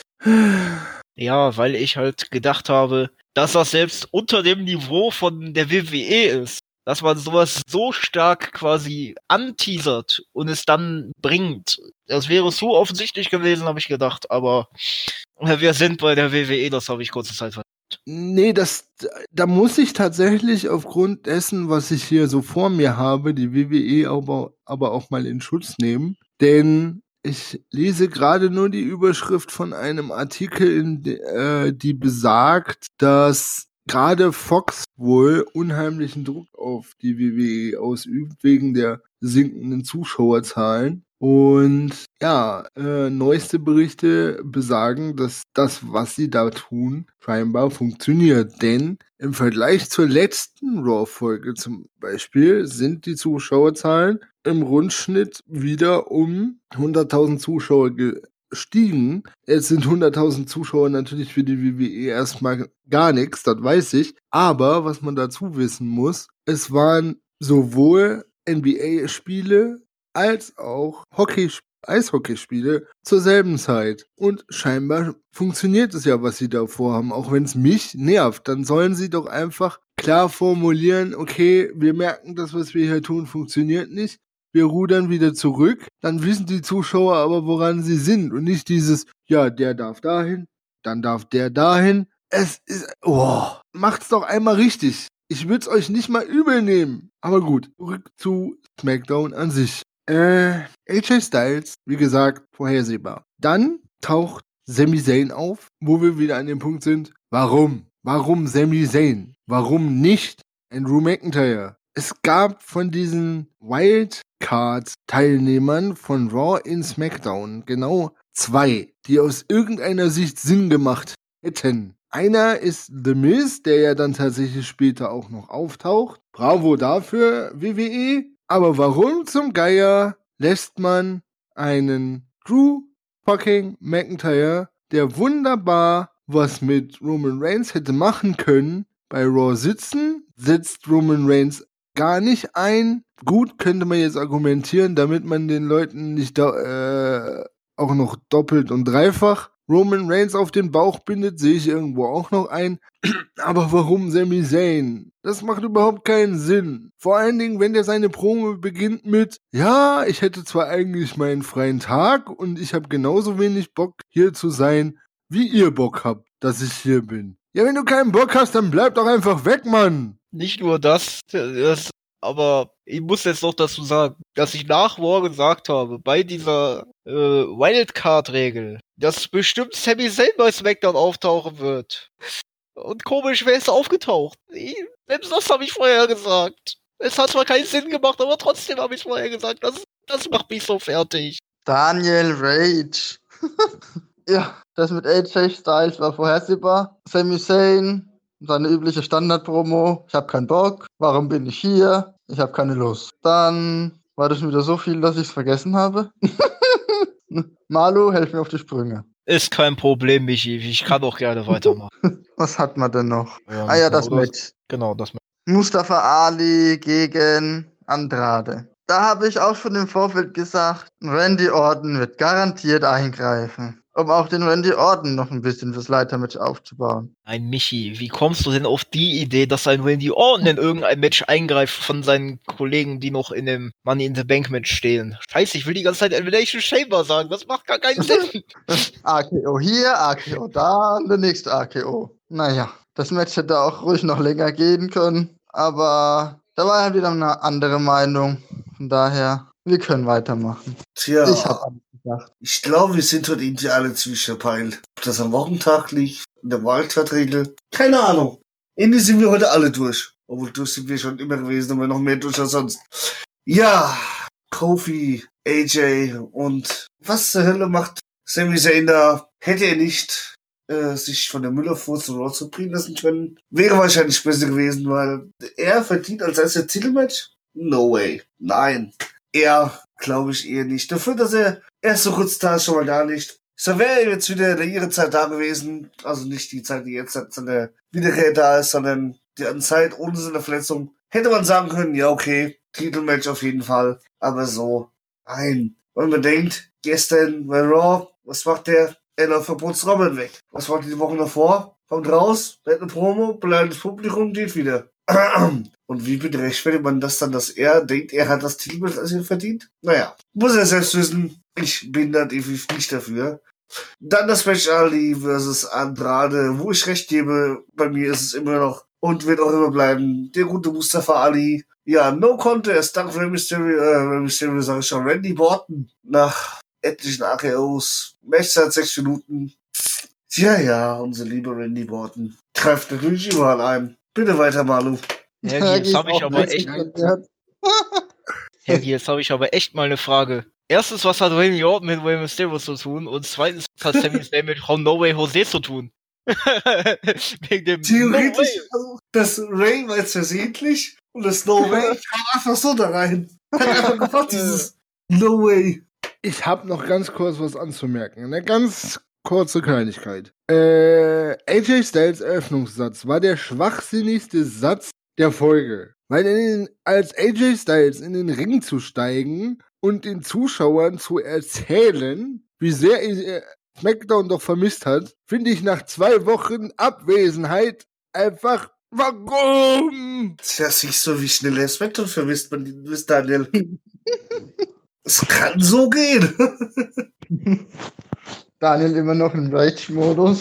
Ja, weil ich halt gedacht habe, dass das selbst unter dem Niveau von der W W E ist. Dass man sowas so stark quasi anteasert und es dann bringt. Das wäre so offensichtlich gewesen, habe ich gedacht, aber wir sind bei der W W E, das habe ich kurze Zeit vergessen. Nee, das, da muss ich tatsächlich aufgrund dessen, was ich hier so vor mir habe, die W W E aber, aber auch mal in Schutz nehmen, denn ich lese gerade nur die Überschrift von einem Artikel, in de, äh, die besagt, dass gerade Fox wohl unheimlichen Druck auf die W W E ausübt, wegen der sinkenden Zuschauerzahlen. Und ja, äh, neueste Berichte besagen, dass das, was sie da tun, scheinbar funktioniert. Denn im Vergleich zur letzten Raw-Folge zum Beispiel sind die Zuschauerzahlen im Rundschnitt wieder um hunderttausend Zuschauer gestiegen. Jetzt sind hunderttausend Zuschauer natürlich für die W W E erstmal gar nichts, das weiß ich. Aber was man dazu wissen muss, es waren sowohl N B A-Spiele als auch Hockey, Eishockeyspiele zur selben Zeit. Und scheinbar funktioniert es ja, was sie da vorhaben, auch wenn es mich nervt. Dann sollen sie doch einfach klar formulieren, okay, wir merken, das, was wir hier tun, funktioniert nicht. Wir rudern wieder zurück. Dann wissen die Zuschauer aber, woran sie sind. Und nicht dieses, ja, der darf dahin, dann darf der dahin. Es ist, oh, macht's doch einmal richtig. Ich würde es euch nicht mal übel nehmen. Aber gut, zurück zu SmackDown an sich. Äh, A J Styles, wie gesagt, vorhersehbar. Dann taucht Sami Zayn auf, wo wir wieder an dem Punkt sind. Warum? Warum Sami Zayn? Warum nicht Andrew McIntyre? Es gab von diesen Wildcard-Teilnehmern von Raw in SmackDown genau zwei, die aus irgendeiner Sicht Sinn gemacht hätten. Einer ist The Miz, der ja dann tatsächlich später auch noch auftaucht. Bravo dafür, W W E. Aber warum zum Geier lässt man einen Drew fucking McIntyre, der wunderbar was mit Roman Reigns hätte machen können, bei Raw sitzen, setzt Roman Reigns gar nicht ein. Gut, könnte man jetzt argumentieren, damit man den Leuten nicht da, äh, auch noch doppelt und dreifach Roman Reigns auf den Bauch bindet, sehe ich irgendwo auch noch ein. Aber warum Sami Zayn? Das macht überhaupt keinen Sinn. Vor allen Dingen, wenn der seine Promo beginnt mit, ja, ich hätte zwar eigentlich meinen freien Tag und ich habe genauso wenig Bock hier zu sein, wie ihr Bock habt, dass ich hier bin. Ja, wenn du keinen Bock hast, dann bleib doch einfach weg, Mann. Nicht nur das, das aber ich muss jetzt noch dazu sagen, dass ich nach War gesagt habe, bei dieser äh, Wildcard-Regel, dass bestimmt Sami Zayn bei SmackDown auftauchen wird. Und komisch, wer ist aufgetaucht? Ich, selbst das habe ich vorher gesagt. Es hat zwar keinen Sinn gemacht, aber trotzdem habe ich vorher gesagt. Das, das macht mich so fertig. Daniel Rage. Ja, das mit A J Styles war vorhersehbar. Sami Zayn, seine übliche Standard-Promo. Ich habe keinen Bock. Warum bin ich hier? Ich habe keine Lust. Dann war das wieder so viel, dass ich es vergessen habe. Malu, helf mir auf die Sprünge. Ist kein Problem, Michi. Ich kann auch gerne weitermachen. Was hat man denn noch? Ja, ah ja, das genau, Match. Genau, das Match. Mustafa Ali gegen Andrade. Da habe ich auch schon im Vorfeld gesagt, Randy Orton wird garantiert eingreifen, um auch den Randy Orton noch ein bisschen fürs Leitermatch aufzubauen. Nein, Michi, wie kommst du denn auf die Idee, dass ein Randy Orton in irgendein Match eingreift von seinen Kollegen, die noch in dem Money in the Bank Match stehen? Scheiße, ich will die ganze Zeit Elimination Chamber sagen, das macht gar keinen Sinn. A K O hier, A K O da und der nächste A K O. Naja, das Match hätte auch ruhig noch länger gehen können, aber da war halt wieder eine andere Meinung. Von daher, wir können weitermachen. Tja, Ich habe alles gedacht. Ich glaube, wir sind heute irgendwie alle ziemlich verpeilt. Ob das am Wochentag liegt, in der Wildcard-Regel, keine Ahnung. Irgendwie sind wir heute alle durch. Obwohl durch sind wir schon immer gewesen, aber noch mehr durch als sonst. Ja, Kofi, A J und was zur Hölle macht Sami Zayn da? Hätte er nicht äh, sich von der Müllerfuhr zu Raw zu bringen lassen können, wäre wahrscheinlich besser gewesen, weil er verdient als erster Titelmatch? No way. Nein. Er glaube ich eher nicht. Dafür, dass er erst so kurz da ist, schon mal gar nicht. So wäre er jetzt wieder in ihre Zeit da gewesen. Also nicht die Zeit, die jetzt an der Wiederkehr da ist, sondern die an Zeit ohne seine Verletzung. Hätte man sagen können, ja okay, Titelmatch auf jeden Fall. Aber so, nein. Wenn man denkt, gestern bei Raw, was macht der? Er läuft Verbots Robin weg. Was macht die Woche davor? Kommt raus, hält eine Promo, bleibt das Publikum, geht wieder. Und wie bitte rechtfertigt man das dann, dass er denkt, er hat das Titelmatch als ihn verdient? Naja, muss er selbst wissen. Ich bin da definitiv nicht dafür. Dann das Match Ali versus Andrade, wo ich recht gebe, bei mir ist es immer noch und wird auch immer bleiben. Der gute Mustafa Ali. Ja, no contest, dank Rey Mysterio, äh, Rey Mysterio sag ich schon, Randy Orton nach etlichen A K Os. Matchzeit sechs Minuten. Tja, ja, unser lieber Randy Orton greift natürlich überall ein. Bitte weiter, Malu. Ja, jetzt habe ich aber echt, ja, jetzt habe ich aber echt mal eine Frage. Erstens, was hat Randy Orton mit Rey Mysterio zu tun? Und zweitens, was hat Sami Zayn mit No Way Jose zu tun? Wegen dem Theoretisch, No also, das Ray war jetzt versehentlich und das No Way kam einfach so da rein. Hat einfach gefragt, dieses No Way. Ich habe noch ganz kurz was anzumerken. Eine ganz kurze Kleinigkeit. Äh, A J Styles Eröffnungssatz war der schwachsinnigste Satz der Folge. Weil in den, als A J Styles in den Ring zu steigen und den Zuschauern zu erzählen, wie sehr er SmackDown doch vermisst hat, finde ich nach zwei Wochen Abwesenheit einfach, warum? Tja, siehst du, wie schnell er SmackDown vermisst, man, Miss Daniel. Es kann so gehen. Daniel immer noch im Rage-Modus.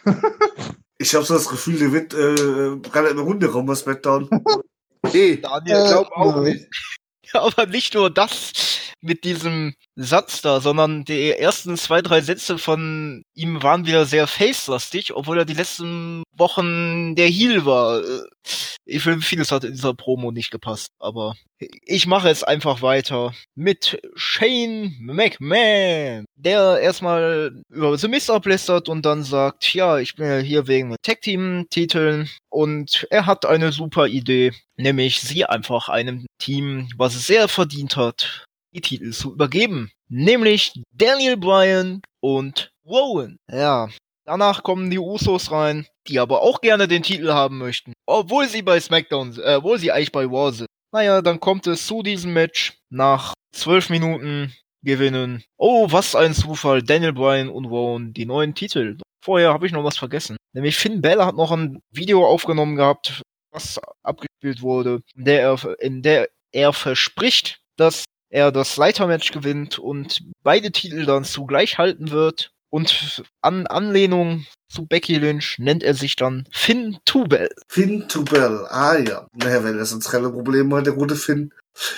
Ich habe so das Gefühl, der wird äh, gerade in eine Runde rum bei SmackDown. Nee, Daniel, glaub Äh, auch nein. nicht. aber nicht nur das mit diesem Satz da, sondern die ersten zwei, drei Sätze von ihm waren wieder sehr face-lastig, obwohl er die letzten Wochen der Heel war. Ich finde, vieles hat in dieser Promo nicht gepasst, aber ich mache es einfach weiter mit Shane McMahon, der erstmal über The Mist ablästert und dann sagt, ja, ich bin ja hier wegen Tag-Team-Titeln und er hat eine super Idee, nämlich sie einfach einem Team, was es sehr verdient hat, die Titel zu übergeben. Nämlich Daniel Bryan und Rowan. Ja, danach kommen die Usos rein, die aber auch gerne den Titel haben möchten. Obwohl sie bei SmackDown, äh, obwohl sie eigentlich bei Raw sind. Naja, dann kommt es zu diesem Match. Nach zwölf Minuten gewinnen. Oh, was ein Zufall. Daniel Bryan und Rowan, die neuen Titel. Vorher habe ich noch was vergessen. Nämlich Finn Balor hat noch ein Video aufgenommen gehabt, was abgespielt wurde, in der er, in der er verspricht, dass er das Leitermatch gewinnt und beide Titel dann zugleich halten wird. Und an Anlehnung zu Becky Lynch nennt er sich dann Finn Tubel. Finn Tubel, ah ja. Naja, wenn das sonst keine Probleme hat, der gute Finn.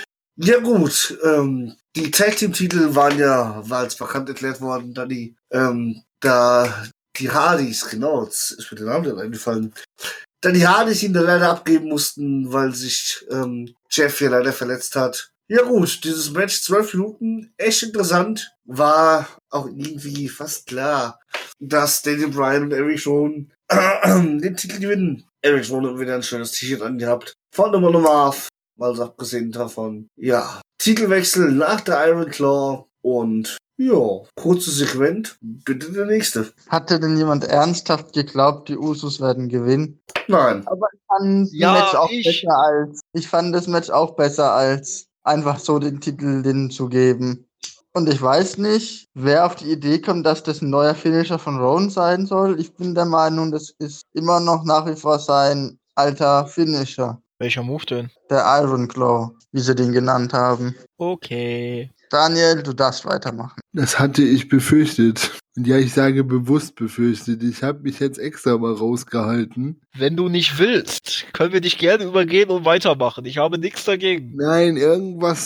Ja gut, ähm, die Tag-Team-Titel waren ja, war als bekannt erklärt worden, da die, ähm, da die Hardys, genau, jetzt ist mir der Name dann eingefallen, da die Hardys ihn dann leider abgeben mussten, weil sich ähm, Jeff hier leider verletzt hat. Ja gut, dieses Match, zwölf Minuten, echt interessant. War auch irgendwie fast klar, dass Daniel Bryan und Eric Rowan den Titel gewinnen. Eric Rowan hat wieder ein schönes T-Shirt angehabt. Von der Monomarth, mal so abgesehen davon. Ja, Titelwechsel nach der Iron Claw und ja, kurzes Segment, bitte der nächste. Hatte denn jemand ernsthaft geglaubt, die Usos werden gewinnen? Nein. Aber ich fand Ja, das Match auch ich. besser als. Ich fand das Match auch besser als einfach so den Titel denen zu geben. Und ich weiß nicht, wer auf die Idee kommt, dass das ein neuer Finisher von Rowan sein soll. Ich bin der Meinung, das ist immer noch nach wie vor sein alter Finisher. Welcher Move denn? Der Iron Claw, wie sie den genannt haben. Okay. Daniel, du darfst weitermachen. Das hatte ich befürchtet. Und ja, ich sage bewusst befürchtet. Ich habe mich jetzt extra mal rausgehalten. Wenn du nicht willst, können wir dich gerne übergehen und weitermachen. Ich habe nichts dagegen. Nein, irgendwas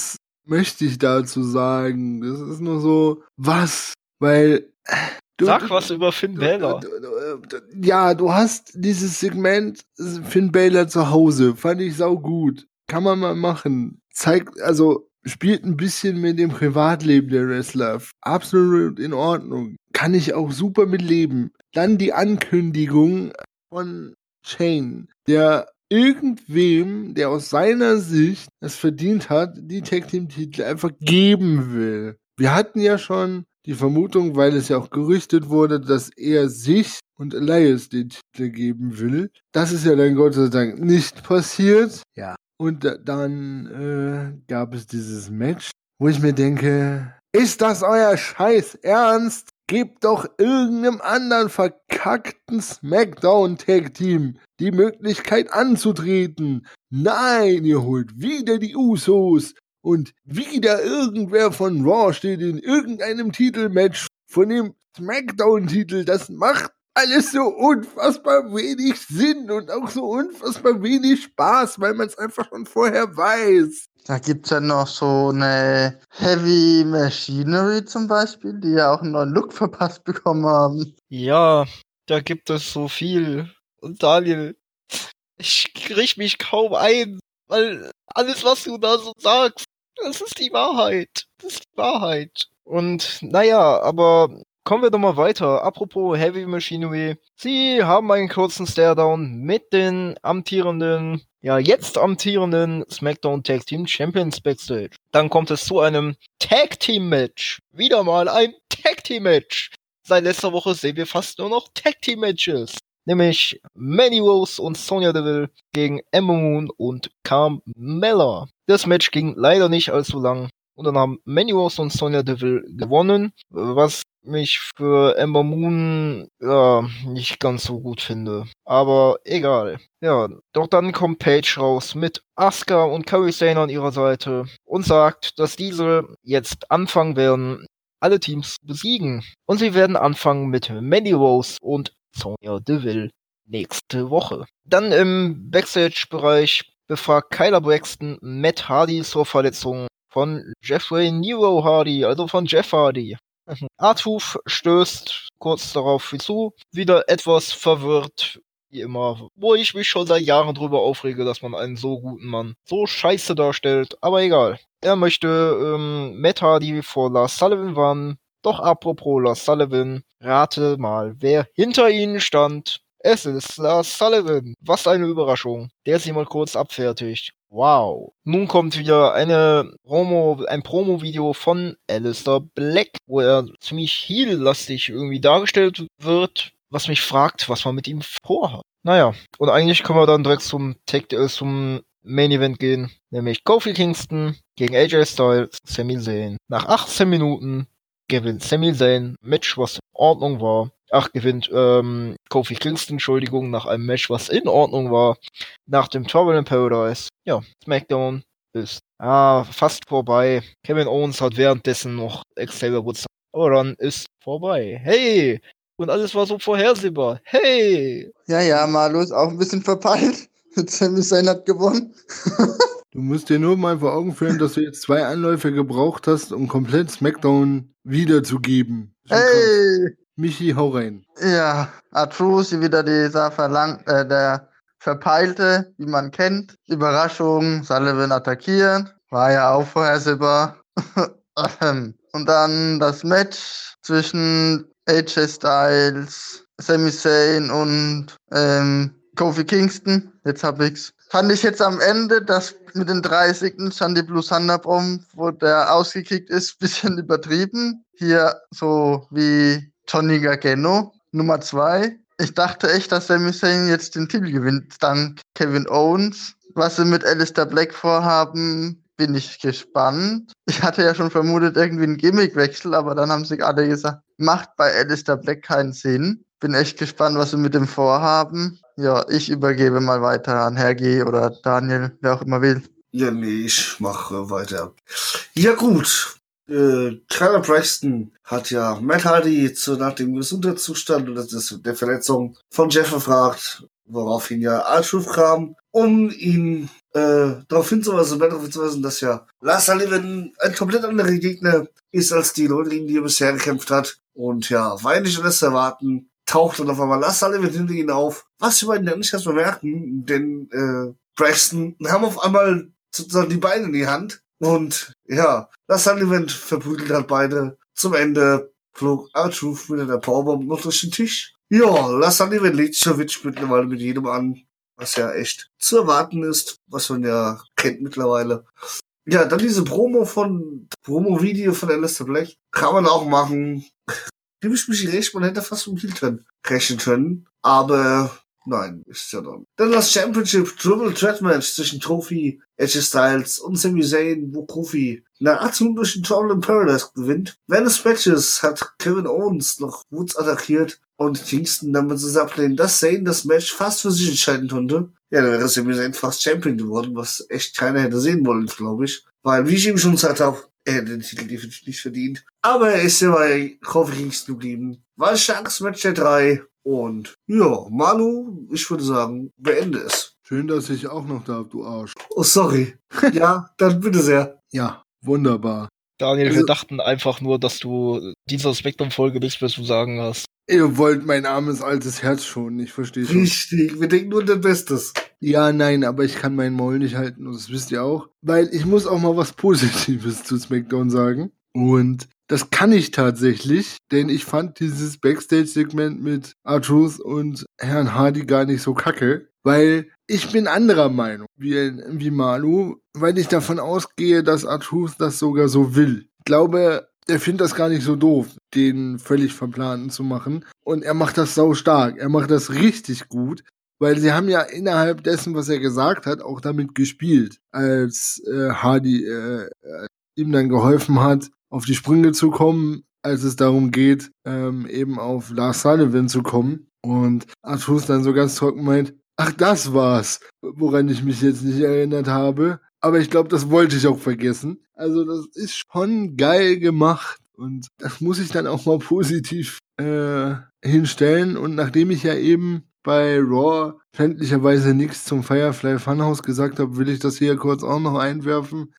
möchte ich dazu sagen? Das ist nur so, was? Weil... Du, Sag was über Finn Balor. Du, du, du, ja, du hast dieses Segment Finn Balor zu Hause. Fand ich sau gut. Kann man mal machen. Zeigt, also, spielt ein bisschen mit dem Privatleben der Wrestler. Absolut in Ordnung. Kann ich auch super mit leben. Dann die Ankündigung von Shane, der irgendwem, der aus seiner Sicht es verdient hat, die Tag-Team-Titel einfach geben will. Wir hatten ja schon die Vermutung, weil es ja auch gerüchtet wurde, dass er sich und Elias den Titel geben will. Das ist ja dann Gott sei Dank nicht passiert. Ja. Und da, dann äh, gab es dieses Match, wo ich mir denke, ist das euer Scheiß Ernst? Gebt doch irgendeinem anderen verkackten Smackdown-Tag-Team die Möglichkeit anzutreten. Nein, ihr holt wieder die Usos. Und wieder irgendwer von Raw steht in irgendeinem Titelmatch von dem Smackdown-Titel. Das macht alles so unfassbar wenig Sinn und auch so unfassbar wenig Spaß, weil man es einfach schon vorher weiß. Da gibt's ja noch so eine Heavy Machinery zum Beispiel, die ja auch einen neuen Look verpasst bekommen haben. Ja, da gibt es so viel. Und Daniel, ich krieg mich kaum ein, weil alles, was du da so sagst, das ist die Wahrheit. Das ist die Wahrheit. Und naja, aber kommen wir doch mal weiter. Apropos Heavy Machinery. Sie haben einen kurzen Staredown mit den amtierenden, ja jetzt amtierenden SmackDown Tag Team Champions Backstage. Dann kommt es zu einem Tag Team Match. Wieder mal ein Tag Team Match. Seit letzter Woche sehen wir fast nur noch Tag Team Matches. Nämlich Mandy Rose und Sonya Deville gegen Ember Moon und Carmella. Das Match ging leider nicht allzu lang. Und dann haben Mandy Rose und Sonya Deville gewonnen, was mich für Ember Moon ja nicht ganz so gut finde. Aber egal. Ja, doch dann kommt Paige raus mit Asuka und Kairi Sane an ihrer Seite und sagt, dass diese jetzt anfangen werden, alle Teams zu besiegen. Und sie werden anfangen mit Mandy Rose und Sonya Deville nächste Woche. Dann im Backstage-Bereich befragt Kyla Braxton Matt Hardy zur Verletzung von Jeffrey Nero Hardy, also von Jeff Hardy. R-Truth stößt kurz darauf hinzu, wieder etwas verwirrt, wie immer, wo ich mich schon seit Jahren drüber aufrege, dass man einen so guten Mann so scheiße darstellt, aber egal. Er möchte ähm, Matt Hardy vor Lars Sullivan warnen. Doch apropos Lars Sullivan, rate mal, wer hinter ihnen stand. Es ist Lars Sullivan. Was eine Überraschung. Der sie mal kurz abfertigt. Wow. Nun kommt wieder eine Promo, ein Promo-Video von Aleister Black, wo er ziemlich heel-lastig irgendwie dargestellt wird, was mich fragt, was man mit ihm vorhat. Naja, und eigentlich können wir dann direkt zum Tag, äh, zum Main Event gehen, nämlich Kofi Kingston gegen A J Styles, Sami Zayn. Nach achtzehn Minuten gewinnt Sami Zayn, Match, was in Ordnung war. Ach, gewinnt ähm, Kofi Kingston, Entschuldigung, nach einem Match, was in Ordnung war. Nach dem Trouble in Paradise. Ja, SmackDown ist ah, fast vorbei. Kevin Owens hat währenddessen noch Xavier Woods. Aber dann ist vorbei. Hey! Und alles war so vorhersehbar. Hey! Ja, ja, Marlo ist auch ein bisschen verpeilt. Sami Zayn hat gewonnen. Du musst dir nur mal vor Augen führen, dass du jetzt zwei Anläufe gebraucht hast, um komplett SmackDown wiederzugeben. Hey! Michi, hau rein. Ja, R-Truth, wieder dieser Verlang äh, der Verpeilte, wie man kennt. Überraschung, Sullivan attackiert. War ja auch vorhersehbar. Und dann das Match zwischen A J Styles, Sami Zayn und ähm, Kofi Kingston. Jetzt hab ich's. Fand ich jetzt am Ende, das mit den drei Signals an die Blue Thunder Bomb, wo der ausgekickt ist, bisschen übertrieben. Hier so wie Johnny Gargano, Nummer zwei. Ich dachte echt, dass Sami Zayn jetzt den Titel gewinnt, dank Kevin Owens. Was sie mit Aleister Black vorhaben, bin ich gespannt. Ich hatte ja schon vermutet, irgendwie einen Gimmickwechsel, aber dann haben sie alle gesagt, macht bei Aleister Black keinen Sinn. Bin echt gespannt, was sie mit dem vorhaben. Ja, ich übergebe mal weiter an Hergi oder Daniel, wer auch immer will. Ja, nee, ich mache weiter. Ja, gut. Äh, Kyla Braxton hat ja Matt Hardy zu, nach dem Gesundheitszustand oder der Verletzung von Jeff gefragt, woraufhin ja R-Truth kam, um ihn, äh, darauf hinzuweisen, darauf hinzuweisen, dass ja Lars Sullivan ein komplett anderer Gegner ist als die Leute, gegen die er bisher gekämpft hat. Und ja, war nicht alles zu erwarten, taucht dann auf einmal Lars Sullivan hinter ihn auf. Was die beiden ja nicht erst bemerken, denn äh, Braxton haben auf einmal sozusagen die Beine in die Hand. Und ja, Lars Sullivan verprügelt halt beide. Zum Ende flog R-Truth mit der Powerbomb noch durch den Tisch. Ja, Lars Sullivan legt sich schon mittlerweile mit jedem an, was ja echt zu erwarten ist, was man ja kennt mittlerweile. Ja, dann diese Promo von, Promo-Video von Aleister Black. Kann man auch machen. Gebe ich mich recht, man hätte fast mit Hilton rechnen können. Aber nein, ist ja dann. Dann das Championship Triple Threat Match zwischen Trophy, Edge Styles und Sami Zayn, wo Kofi nahezu durch den Trouble in Paradise gewinnt. Während des Matches hat Kevin Owens noch Woods attackiert und Kingston damit es ablehnen, dass Zayn das Match fast für sich entscheiden konnte. Ja, dann wäre Sami Zayn fast Champion geworden, was echt keiner hätte sehen wollen, glaube ich. Weil, wie ich ihm schon gesagt habe, er hätte den Titel definitiv nicht verdient. Aber er ist ja bei Kofi Kingston geblieben. War ein starkes Match der drei. Und ja, Manu, ich würde sagen, beende es. Schön, dass ich auch noch da hab, du Arsch. Oh, sorry. Ja, dann bitte sehr. Ja, wunderbar. Daniel, Also- wir dachten einfach nur, dass du dieser Spektrum-Folge nichts mehr zu sagen hast. Ihr wollt mein armes altes Herz schonen, ich verstehe schon. Richtig, wir denken nur an dein Bestes. Ja, nein, aber ich kann meinen Maul nicht halten und das wisst ihr auch. Weil ich muss auch mal was Positives zu SmackDown sagen. Und das kann ich tatsächlich, denn ich fand dieses Backstage-Segment mit R-Truth und Herrn Hardy gar nicht so kacke. Weil ich bin anderer Meinung, wie, wie Manu, weil ich davon ausgehe, dass R-Truth das sogar so will. Ich glaube, er findet das gar nicht so doof, den völlig verplanten zu machen. Und er macht das sau stark. Er macht das richtig gut. Weil sie haben ja innerhalb dessen, was er gesagt hat, auch damit gespielt, als äh, Hardy äh, äh, ihm dann geholfen hat, auf die Sprünge zu kommen, als es darum geht, ähm, eben auf Lars Sullivan zu kommen. Und Arthur dann so ganz trocken meint, ach, das war's, woran ich mich jetzt nicht erinnert habe. Aber ich glaube, das wollte ich auch vergessen. Also das ist schon geil gemacht. Und das muss ich dann auch mal positiv äh, hinstellen. Und nachdem ich ja eben bei Raw schändlicherweise nichts zum Firefly Funhouse gesagt habe, will ich das hier kurz auch noch einwerfen.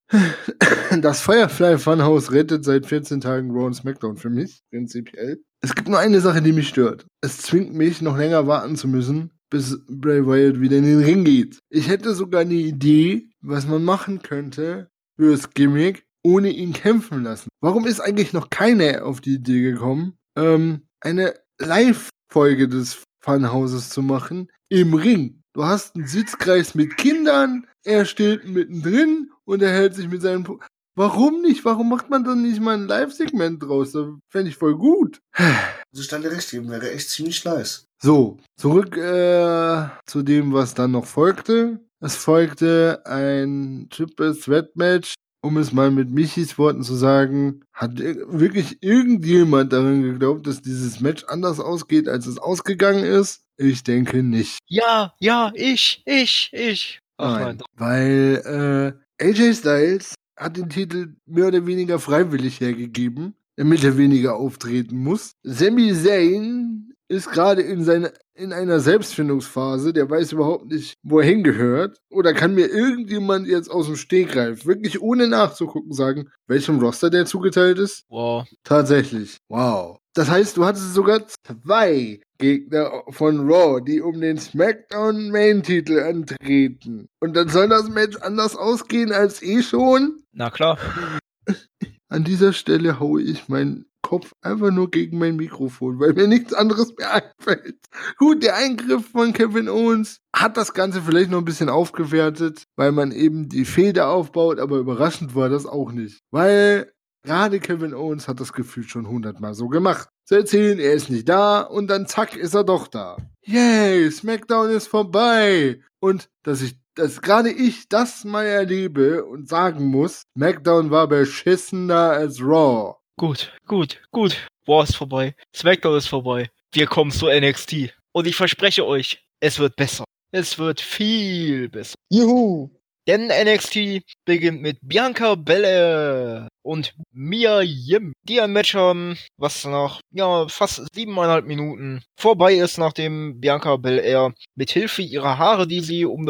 Das Firefly Funhouse rettet seit vierzehn Tagen Raw und SmackDown für mich, prinzipiell. Es gibt nur eine Sache, die mich stört. Es zwingt mich, noch länger warten zu müssen, bis Bray Wyatt wieder in den Ring geht. Ich hätte sogar eine Idee, was man machen könnte fürs Gimmick, ohne ihn kämpfen lassen. Warum ist eigentlich noch keiner auf die Idee gekommen, ähm, eine Live-Folge des Funhouses zu machen im Ring? Du hast einen Sitzkreis mit Kindern, er steht mittendrin und er hält sich mit seinen... Po- Warum nicht? Warum macht man dann nicht mal ein Live-Segment draus? Das fände ich voll gut. Also stand dir recht geben, wäre echt ziemlich nice. So, zurück äh, zu dem, was dann noch folgte. Es folgte ein Triple Threat Match. Um es mal mit Michis Worten zu sagen, hat ir- wirklich irgendjemand daran geglaubt, dass dieses Match anders ausgeht, als es ausgegangen ist? Ich denke nicht. Ja, ja, ich, ich, ich. Ach nein. Weil äh, A J Styles hat den Titel mehr oder weniger freiwillig hergegeben, damit er weniger auftreten muss. Sami Zayn ist gerade in seiner in einer Selbstfindungsphase, der weiß überhaupt nicht, wo er hingehört. Oder kann mir irgendjemand jetzt aus dem Stegreif, wirklich ohne nachzugucken, sagen, welchem Roster der zugeteilt ist? Wow. Tatsächlich. Wow. Das heißt, du hattest sogar zwei Gegner von Raw, die um den SmackDown-Main-Titel antreten. Und dann soll das Match anders ausgehen als eh schon? Na klar. An dieser Stelle haue ich meinen Kopf einfach nur gegen mein Mikrofon, weil mir nichts anderes mehr einfällt. Gut, der Eingriff von Kevin Owens hat das Ganze vielleicht noch ein bisschen aufgewertet, weil man eben die Fehde aufbaut, aber überraschend war das auch nicht. Weil gerade Kevin Owens hat das Gefühl schon hundertmal so gemacht. Zu erzählen, er ist nicht da und dann zack, ist er doch da. Yay, SmackDown ist vorbei. Und dass ich, dass gerade ich das mal erlebe und sagen muss, SmackDown war beschissener als Raw. Gut, gut, gut. War ist vorbei. SmackDown ist vorbei. Wir kommen zu N X T. Und ich verspreche euch, es wird besser. Es wird viel besser. Juhu! Denn N X T beginnt mit Bianca Belair und Mia Yim, die ein Match haben, was nach ja fast siebeneinhalb Minuten vorbei ist, nachdem Bianca Belair mit Hilfe ihrer Haare, die sie um das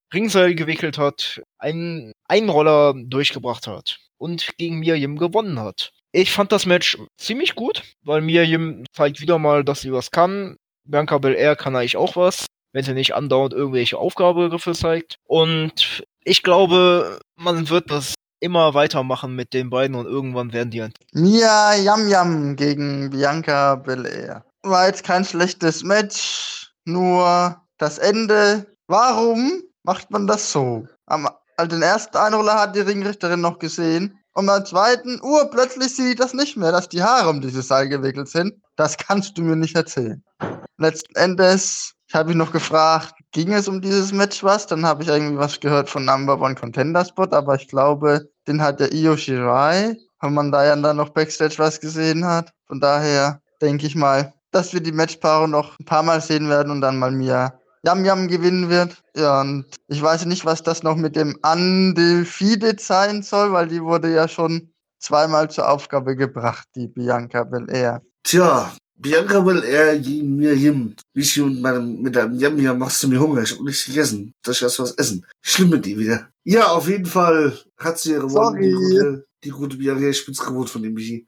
Ringseil gewickelt hat, einen Einroller durchgebracht hat und gegen Miriam gewonnen hat. Ich fand das Match ziemlich gut, weil Miriam zeigt wieder mal, dass sie was kann. Bianca Belair kann eigentlich auch was, wenn sie nicht andauernd irgendwelche Aufgabegriffe zeigt. Und ich glaube, man wird das immer weitermachen mit den beiden und irgendwann werden die... Mia Yam Yam gegen Bianca Belair. War jetzt kein schlechtes Match, nur das Ende. Warum macht man das so? Am, also den ersten Einroller hat die Ringrichterin noch gesehen. Und beim zweiten, uh, plötzlich sieht das nicht mehr, dass die Haare um dieses Seil gewickelt sind. Das kannst du mir nicht erzählen. Letzten Endes, ich habe mich noch gefragt, ging es um dieses Match was? Dann habe ich irgendwie was gehört von Number One Contender Spot, aber ich glaube, den hat der Io Shirai, wenn man da ja dann noch Backstage was gesehen hat. Von daher denke ich mal, dass wir die Matchpaare noch ein paar Mal sehen werden und dann mal Mia Yam Yam gewinnen wird. Ja, und ich weiß nicht, was das noch mit dem Undefeated sein soll, weil die wurde ja schon zweimal zur Aufgabe gebracht, die Bianca Belair. Tja, Bianca Belair gegen Miriam. Wie ich und meinem, mit deinem Yam Yam machst du mir Hunger. Ich hab nichts gegessen. Soll ich erst was essen? Schlimm mit die wieder. Ja, auf jeden Fall hat sie ihre gewonnen. Die gute, die gute Bianca, Spitzgeburt von dem Michi.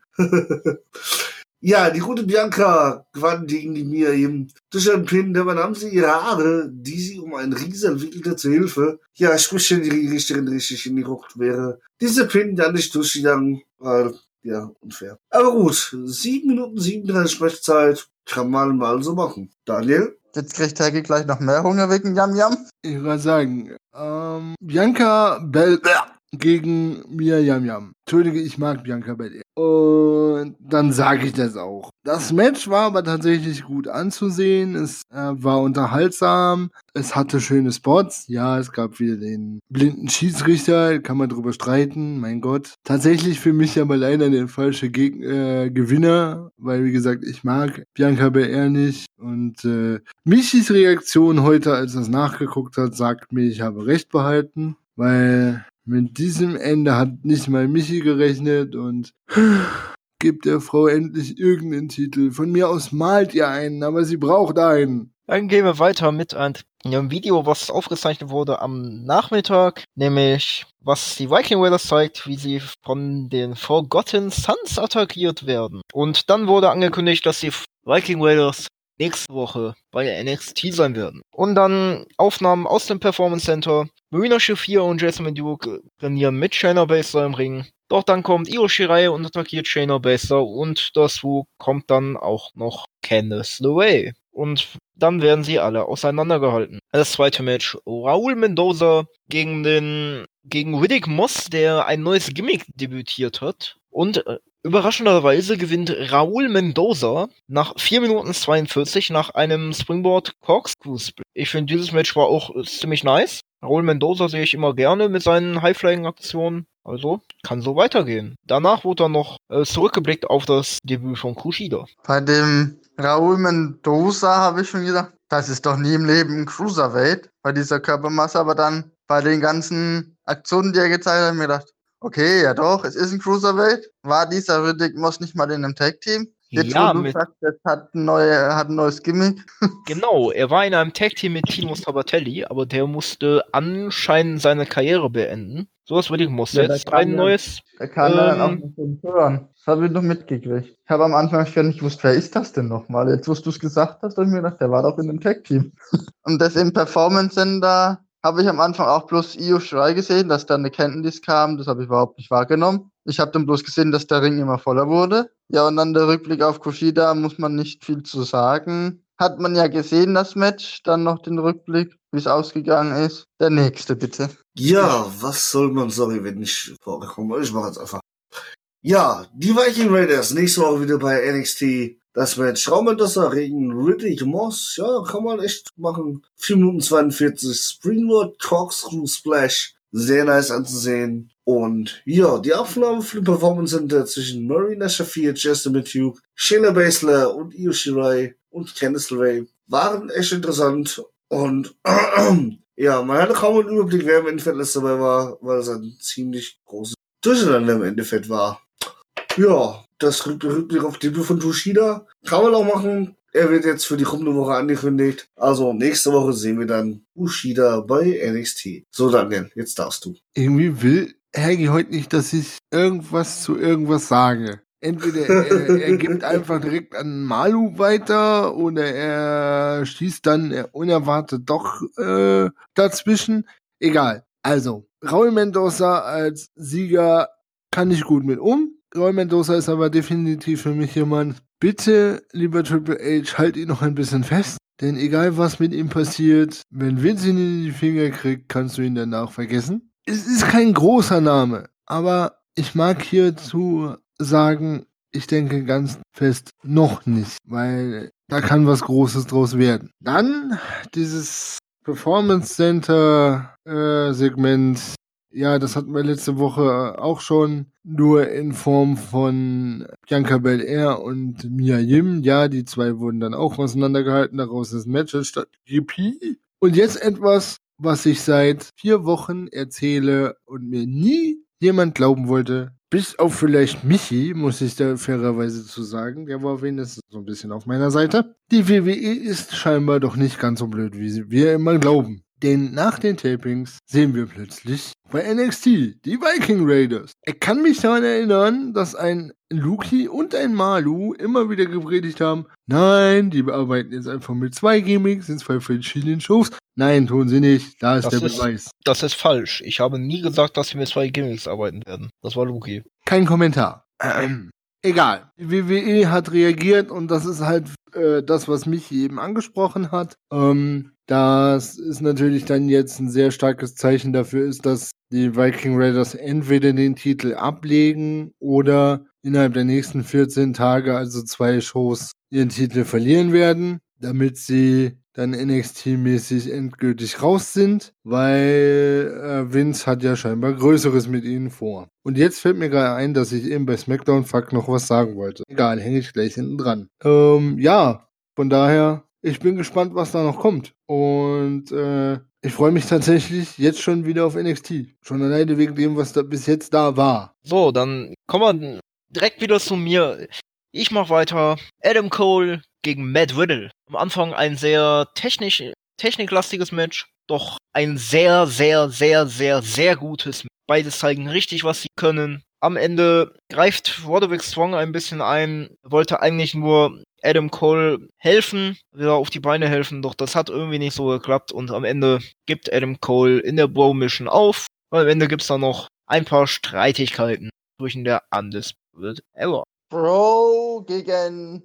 Ja, die gute Bianca gewann gegen die Miriam. Durch einen Pin, dabei nahm sie ihre Haare, die sie um einen Riesel wickelte, zur Hilfe. Ja, sprich, wenn die Richterin richtig hingeguckt wäre. Dieser Pin dann nicht durchgegangen, weil, ja, unfair. Aber gut, sieben Minuten siebenunddreißig Sprechzeit kann man mal so machen. Daniel? Jetzt kriegt Hergi gleich noch mehr Hunger wegen Yam Yam. Ich würde sagen, ähm, Bianca Belair gegen Mia Yam Yam. Entschuldige, ich mag Bianca Belair. Und dann sage ich das auch. Das Match war aber tatsächlich gut anzusehen. Es äh, war unterhaltsam. Es hatte schöne Spots. Ja, es gab wieder den blinden Schiedsrichter. Kann man drüber streiten. Mein Gott. Tatsächlich für mich aber leider der falsche Geg- äh, Gewinner. Weil, wie gesagt, ich mag Bianca Belair nicht. Und äh, Michis Reaktion heute, als er es nachgeguckt hat, sagt mir, ich habe recht behalten. Weil mit diesem Ende hat nicht mal Michi gerechnet und gibt der Frau endlich irgendeinen Titel. Von mir aus malt ihr einen, aber sie braucht einen. Dann gehen wir weiter mit einem Video, was aufgezeichnet wurde am Nachmittag, nämlich was die Viking Raiders zeigt, wie sie von den Forgotten Sons attackiert werden. Und dann wurde angekündigt, dass die Viking Raiders nächste Woche bei N X T sein werden. Und dann Aufnahmen aus dem Performance Center. Marina Shafir und Jasmine Duke trainieren mit Shayna Baszler im Ring. Doch dann kommt Io Shirai und attackiert Shayna Baszler und dazu kommt dann auch noch Candice LeRae. Und dann werden sie alle auseinandergehalten. Das zweite Match, Raul Mendoza gegen den gegen Riddick Moss, der ein neues Gimmick debütiert hat. Und äh, überraschenderweise gewinnt Raul Mendoza nach vier Minuten zweiundvierzig nach einem Springboard Corkscrew Split. Ich finde, dieses Match war auch äh, ziemlich nice. Raul Mendoza sehe ich immer gerne mit seinen High-Flying-Aktionen. Also, kann so weitergehen. Danach wurde dann noch äh, zurückgeblickt auf das Debüt von Kushida. Bei dem Raul Mendoza habe ich schon gesagt, das ist doch nie im Leben ein Cruiserweight bei dieser Körpermasse, aber dann bei den ganzen Aktionen, die er gezeigt hat, habe ich mir gedacht, okay, ja doch, es ist ein Cruiserweight. War dieser Riddick Moss nicht mal in einem Tag-Team? Jetzt, Ja, wo du mit, sagst, das hat ein, neue, hat ein neues Gimmick. genau, er war in einem Tag-Team mit Tino Sabatelli, aber der musste anscheinend seine Karriere beenden. So was Riddick Moss Ja, jetzt da kann ein ja- neues. Er kann Ähm, dann auch nicht so hören. Das habe ich noch mitgekriegt. Ich habe am Anfang gar nicht gewusst, wer ist das denn nochmal? Jetzt, wo du es gesagt hast, habe ich mir gedacht, der war doch in einem Tag-Team. Und das im Performance-Sender habe ich am Anfang auch bloß Io Shirai gesehen, dass da eine Candice kam. Das habe ich überhaupt nicht wahrgenommen. Ich habe dann bloß gesehen, dass der Ring immer voller wurde. Ja, und dann der Rückblick auf Kushida, muss man nicht viel zu sagen. Hat man ja gesehen, das Match. Dann noch den Rückblick, wie es ausgegangen ist. Der nächste, bitte. Ja, was soll man, sorry, wenn ich vorgekommen, ich mache jetzt einfach. Ja, die Viking Raiders, nächste Woche wieder bei N X T. Das Match Raumendosser gegen Riddick Moss, ja, kann man echt machen. vier Minuten zweiundvierzig, Springboard Corkscrew Splash, sehr nice anzusehen. Und ja, die Aufnahme für den Performance Center zwischen Marina Shafir, Jasmine Duke, Shayna Baszler und Io Shirai und Candice LeRae waren echt interessant. Und ja, man hatte kaum einen Überblick, wer im Endeffekt alles dabei war, weil es ein ziemlich großes Durcheinander im Endeffekt war. Ja, das Rückblick auf die Debüt von Kushida kann man auch machen. er wird jetzt für die kommende Woche angekündigt. Also nächste Woche sehen wir dann Kushida bei N X T. So, Daniel, jetzt darfst du. Irgendwie will Hergi heute nicht, dass ich irgendwas zu irgendwas sage. Entweder er, er gibt einfach direkt an Malu weiter oder er schießt dann unerwartet doch äh, dazwischen. Egal. Also, Raul Mendoza als Sieger kann ich gut mit um. Raul Mendoza ist aber definitiv für mich jemand, bitte, lieber Triple H, halt ihn noch ein bisschen fest. Denn egal was mit ihm passiert, wenn Vince ihn in die Finger kriegt, kannst du ihn danach vergessen. Es ist kein großer Name, aber ich mag hierzu sagen, ich denke ganz fest noch nicht, weil da kann was Großes draus werden. Dann dieses Performance Center äh, Segment, ja, das hatten wir letzte Woche auch schon, nur in Form von Bianca Belair und Mia Yim. Ja, die zwei wurden dann auch auseinandergehalten, daraus ist ein Match statt G P. Und jetzt etwas, was ich seit vier Wochen erzähle und mir nie jemand glauben wollte, bis auf vielleicht Michi, muss ich da fairerweise zu sagen, der war wenigstens so ein bisschen auf meiner Seite. Die W W E ist scheinbar doch nicht ganz so blöd, wie wir immer glauben. Denn nach den Tapings sehen wir plötzlich bei N X T die Viking Raiders. Ich kann mich daran erinnern, dass ein Luki und ein Malu immer wieder gepredigt haben, nein, die arbeiten jetzt einfach mit zwei Gimmicks in zwei verschiedenen Shows. Nein, tun sie nicht. Da ist Das der ist- Beweis. Das ist falsch. Ich habe nie gesagt, dass wir mit zwei Gimmicks arbeiten werden. Das war Luki. Kein Kommentar. Ähm, egal. Die W W E hat reagiert und das ist halt äh, das, was mich eben angesprochen hat. Ähm, das ist natürlich dann jetzt ein sehr starkes Zeichen dafür ist, dass die Viking Raiders entweder den Titel ablegen oder innerhalb der nächsten vierzehn Tage, also zwei Shows, ihren Titel verlieren werden, damit sie dann N X T-mäßig endgültig raus sind, weil äh, Vince hat ja scheinbar Größeres mit ihnen vor. Und jetzt fällt mir gerade ein, dass ich eben bei SmackDown Fuck noch was sagen wollte. Egal, hänge ich gleich hinten dran. Ähm, ja, von daher, ich bin gespannt, was da noch kommt. Und äh, ich freue mich tatsächlich jetzt schon wieder auf N X T. Schon alleine wegen dem, was da bis jetzt da war. So, dann kommen wir direkt wieder zu mir. Ich mach weiter. Adam Cole gegen Matt Riddle. Am Anfang ein sehr technisch, techniklastiges Match, doch ein sehr, sehr, sehr, sehr, sehr gutes Match. Beide zeigen richtig, was sie können. Am Ende greift Roderick Strong ein bisschen ein, wollte eigentlich nur Adam Cole helfen, wieder auf die Beine helfen, doch das hat irgendwie nicht so geklappt und am Ende gibt Adam Cole in der Bro-Mission auf. Und am Ende gibt's dann noch ein paar Streitigkeiten zwischen der Undisputed Era. Bro gegen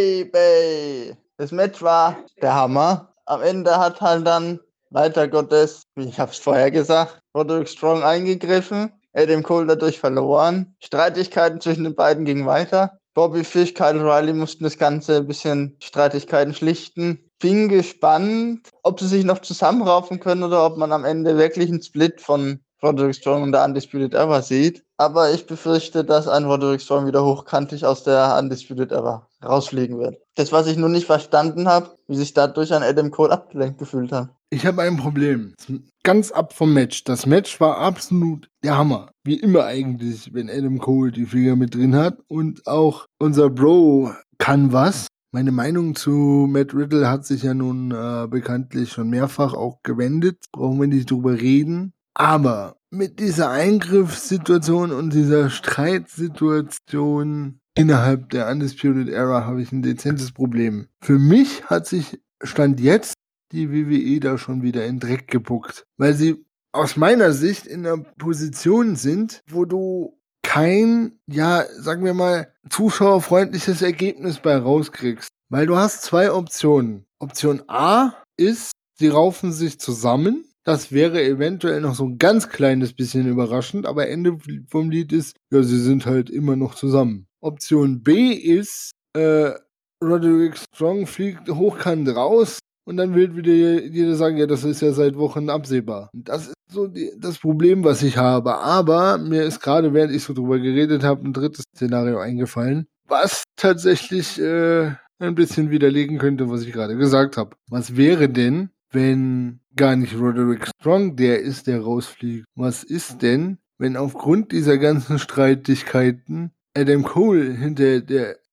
Baby. Das Match war der Hammer. Am Ende hat halt dann, leider Gottes, wie ich hab's vorher gesagt, Roderick Strong eingegriffen, Adam Cole dadurch verloren. Streitigkeiten zwischen den beiden gingen weiter. Bobby Fish, Kyle O'Reilly mussten das Ganze ein bisschen Streitigkeiten schlichten. Bin gespannt, ob sie sich noch zusammenraufen können oder ob man am Ende wirklich einen Split von Roderick Strong und der Undisputed Era sieht. Aber ich befürchte, dass ein Roderick Strong wieder hochkantig aus der Undisputed Era rausfliegen wird. Das, was ich nur nicht verstanden habe, wie sich dadurch ein Adam Cole abgelenkt gefühlt hat. Ich habe ein Problem. Ganz ab vom Match. Das Match war absolut der Hammer. Wie immer eigentlich, wenn Adam Cole die Finger mit drin hat. Und auch unser Bro kann was. Meine Meinung zu Matt Riddle hat sich ja nun äh, bekanntlich schon mehrfach auch gewendet. Brauchen wir nicht drüber reden. Aber mit dieser Eingriffssituation und dieser Streitsituation innerhalb der Undisputed Era habe ich ein dezentes Problem. Für mich hat sich Stand jetzt die W W E da schon wieder in Dreck gebuckt, weil sie aus meiner Sicht in einer Position sind, wo du kein, ja, sagen wir mal, zuschauerfreundliches Ergebnis bei rauskriegst. Weil du hast zwei Optionen. Option A ist, sie raufen sich zusammen. Das wäre eventuell noch so ein ganz kleines bisschen überraschend, aber Ende vom Lied ist, ja, sie sind halt immer noch zusammen. Option B ist, äh, Roderick Strong fliegt hochkant raus und dann wird wieder jeder sagen, ja, das ist ja seit Wochen absehbar. Und das ist so die, das Problem, was ich habe. Aber mir ist gerade, während ich so drüber geredet habe, ein drittes Szenario eingefallen, was tatsächlich äh, ein bisschen widerlegen könnte, was ich gerade gesagt habe. Was wäre denn, wenn gar nicht Roderick Strong der ist, der rausfliegt? Was ist denn, wenn aufgrund dieser ganzen Streitigkeiten Adam Cole hinter der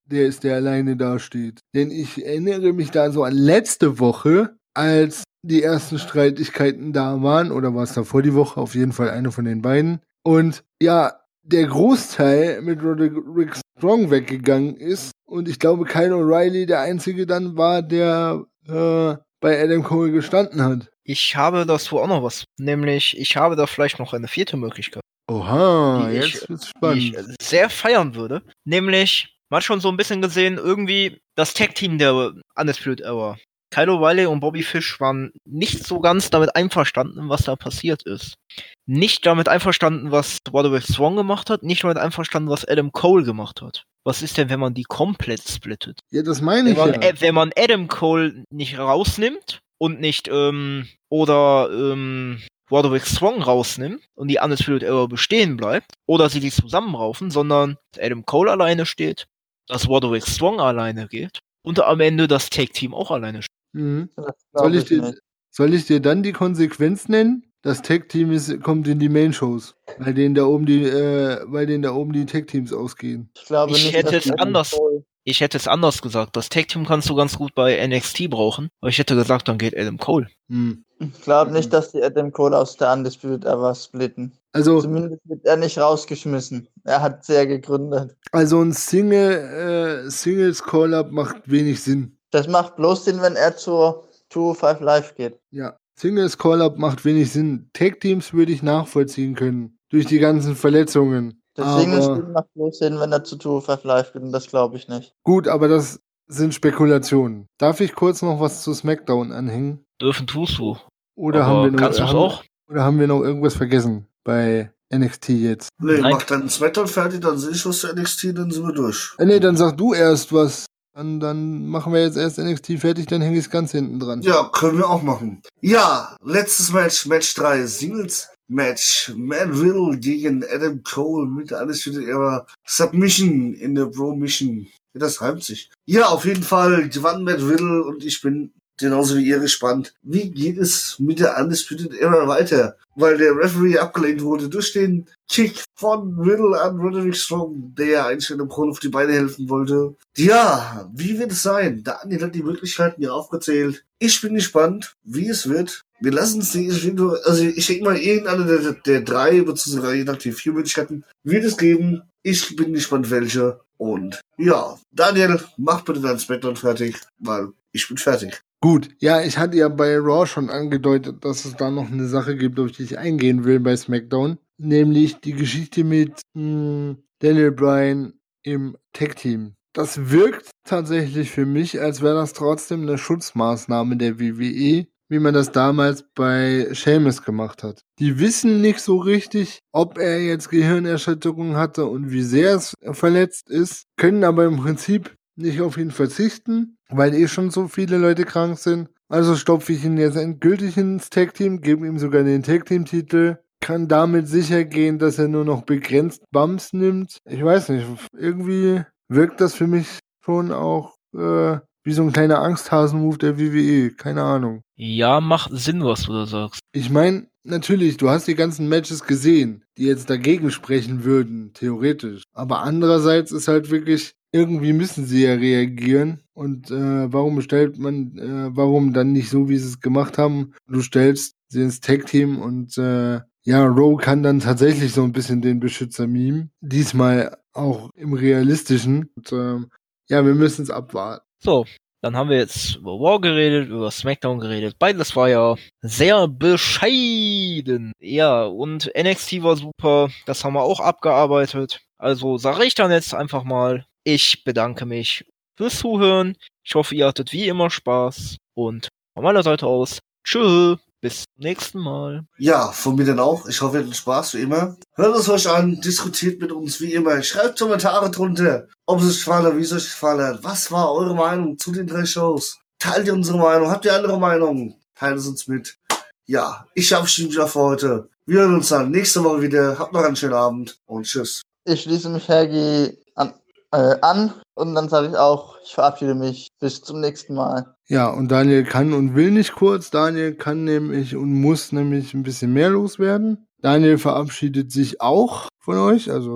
der ist, der alleine dasteht. Denn ich erinnere mich da so an letzte Woche, als die ersten Streitigkeiten da waren, oder war es davor die Woche, auf jeden Fall eine von den beiden. Und ja, der Großteil mit Roderick Strong weggegangen ist und ich glaube, Kyle O'Reilly der Einzige dann war, der äh, bei Adam Cole gestanden hat. Ich habe dazu auch noch was. Nämlich, ich habe da vielleicht noch eine vierte Möglichkeit. Oha, die jetzt ich, wird's die spannend. ich sehr feiern würde. Nämlich, man hat schon so ein bisschen gesehen, irgendwie das Tag-Team der Undisputed Era. Kyle O'Reilly und Bobby Fish waren nicht so ganz damit einverstanden, was da passiert ist. Nicht damit einverstanden, was Roderick Strong gemacht hat, nicht damit einverstanden, was Adam Cole gemacht hat. Was ist denn, wenn man die komplett splittet? Ja, das meine Wenn ich man, ja. äh, wenn man Adam Cole nicht rausnimmt und nicht, ähm, oder, ähm, Roderick Strong rausnimmt und die Undisputed Era bestehen bleibt, oder sie die zusammenraufen, sondern Adam Cole alleine steht, dass Roderick Strong alleine geht und am Ende das Tag-Team auch alleine steht. Mhm. Das glaub Soll ich, ich dir, nicht. soll ich dir dann die Konsequenz nennen? Das Tag-Team ist, kommt in die Main-Shows, weil denen da oben die, äh, weil denen da oben die Tag-Teams ausgehen. Ich glaube Ich nicht, hätte dass es Adam anders- Cole- Ich hätte es anders gesagt. Das Tag-Team kannst du ganz gut bei N X T brauchen, aber ich hätte gesagt, dann geht Adam Cole. Hm. Ich glaube nicht, dass die Adam Cole aus der Undisputed Era splitten. Also, Zumindest wird er nicht rausgeschmissen. Er hat sehr gegründet. also ein Single, äh, Singles Call-Up macht wenig Sinn. Das macht bloß Sinn, wenn er zur zwei fünf Live geht. Ja. Singles Call-Up macht wenig Sinn. Tag-Teams würde ich nachvollziehen können. Durch die ganzen Verletzungen. Das Aber Single-Spiel macht bloß Sinn, wenn er zu zwei fünf Live geht. Und das glaube ich nicht. gut, aber das sind Spekulationen. Darf ich kurz noch was zu SmackDown anhängen? Dürfen tust du. Oder Aber haben wir noch, kannst du es haben, auch? Oder haben wir noch irgendwas vergessen bei N X T jetzt? Nee, Nein. mach dann Smackdown fertig, dann sehe ich was zu N X T, dann sind wir durch. Äh, nee, dann sag du erst was. Dann, dann machen wir jetzt erst N X T fertig, dann hänge ich es ganz hinten dran. Ja, können wir auch machen. Ja, letztes Match, Match drei, Singles Match. Matt Riddle gegen Adam Cole mit alles für die Ära. Submission in der Bro Mission. Ja, das reimt sich. Ja, auf jeden Fall gewann Matt Riddle und ich bin genauso wie ihr gespannt. Wie geht es mit der Undisputed Era weiter? Weil der Referee abgelehnt wurde durch den Kick von Riddle an Roderick Strong, der eigentlich Adam Cole auf die Beine helfen wollte. Ja, wie wird es sein? Daniel hat die Möglichkeiten hier aufgezählt. Ich bin gespannt, wie es wird. Wir lassen es nicht, also ich denke mal, irgendeine der, der drei, beziehungsweise je nachdem vier Möglichkeiten wird es geben. Ich bin gespannt, welche. Und ja, Daniel, mach bitte dein Smackdown fertig, weil ich bin fertig. Gut, ja, ich hatte ja bei Raw schon angedeutet, dass es da noch eine Sache gibt, auf die ich eingehen will bei SmackDown. Nämlich die Geschichte mit mh, Daniel Bryan im Tag-Team. Das wirkt tatsächlich für mich, als wäre das trotzdem eine Schutzmaßnahme der W W E, wie man das damals bei Sheamus gemacht hat. Die wissen nicht so richtig, ob er jetzt Gehirnerschütterung hatte und wie sehr es verletzt ist, können aber im Prinzip nicht auf ihn verzichten, weil eh schon so viele Leute krank sind. Also stopfe ich ihn jetzt endgültig ins Tag-Team, gebe ihm sogar den Tag-Team-Titel, kann damit sicher gehen, dass er nur noch begrenzt Bumps nimmt. Ich weiß nicht, irgendwie wirkt das für mich schon auch äh, wie so ein kleiner Angsthasen-Move der W W E. Keine Ahnung. Ja, macht Sinn, was du da sagst. Ich meine, natürlich, du hast die ganzen Matches gesehen, die jetzt dagegen sprechen würden, theoretisch. Aber andererseits ist halt wirklich, irgendwie müssen sie ja reagieren. Und äh, warum stellt man, äh, warum dann nicht so, wie sie es gemacht haben? Du stellst sie ins Tag-Team und äh, ja, Rowe kann dann tatsächlich so ein bisschen den Beschützer mimen. Diesmal auch im Realistischen. Und äh, ja, wir müssen es abwarten. So, dann haben wir jetzt über Raw geredet, über SmackDown geredet. Beides war ja sehr bescheiden. Ja, und N X T war super. Das haben wir auch abgearbeitet. Also sage ich dann jetzt einfach mal, ich bedanke mich fürs Zuhören. Ich hoffe, ihr hattet wie immer Spaß. Und von meiner Seite aus, tschüss, bis zum nächsten Mal. Ja, von mir dann auch. Ich hoffe, ihr hattet Spaß, wie immer. Hört es euch an, diskutiert mit uns, wie immer. Schreibt Kommentare drunter, ob es euch gefallen hat, wie es euch gefallen hat. Was war eure Meinung zu den drei Shows? Teilt ihr unsere Meinung? Habt ihr andere Meinungen? Teilt es uns mit. Ja, ich verabschiede mich auch für heute. Wir hören uns dann nächste Woche wieder. Habt noch einen schönen Abend und tschüss. Ich schließe mich Hergi an, äh, an und dann sage ich auch, ich verabschiede mich. Bis zum nächsten Mal. Ja, und Daniel kann und will nicht kurz. Daniel kann nämlich und muss nämlich ein bisschen mehr loswerden. Daniel verabschiedet sich auch von euch. Also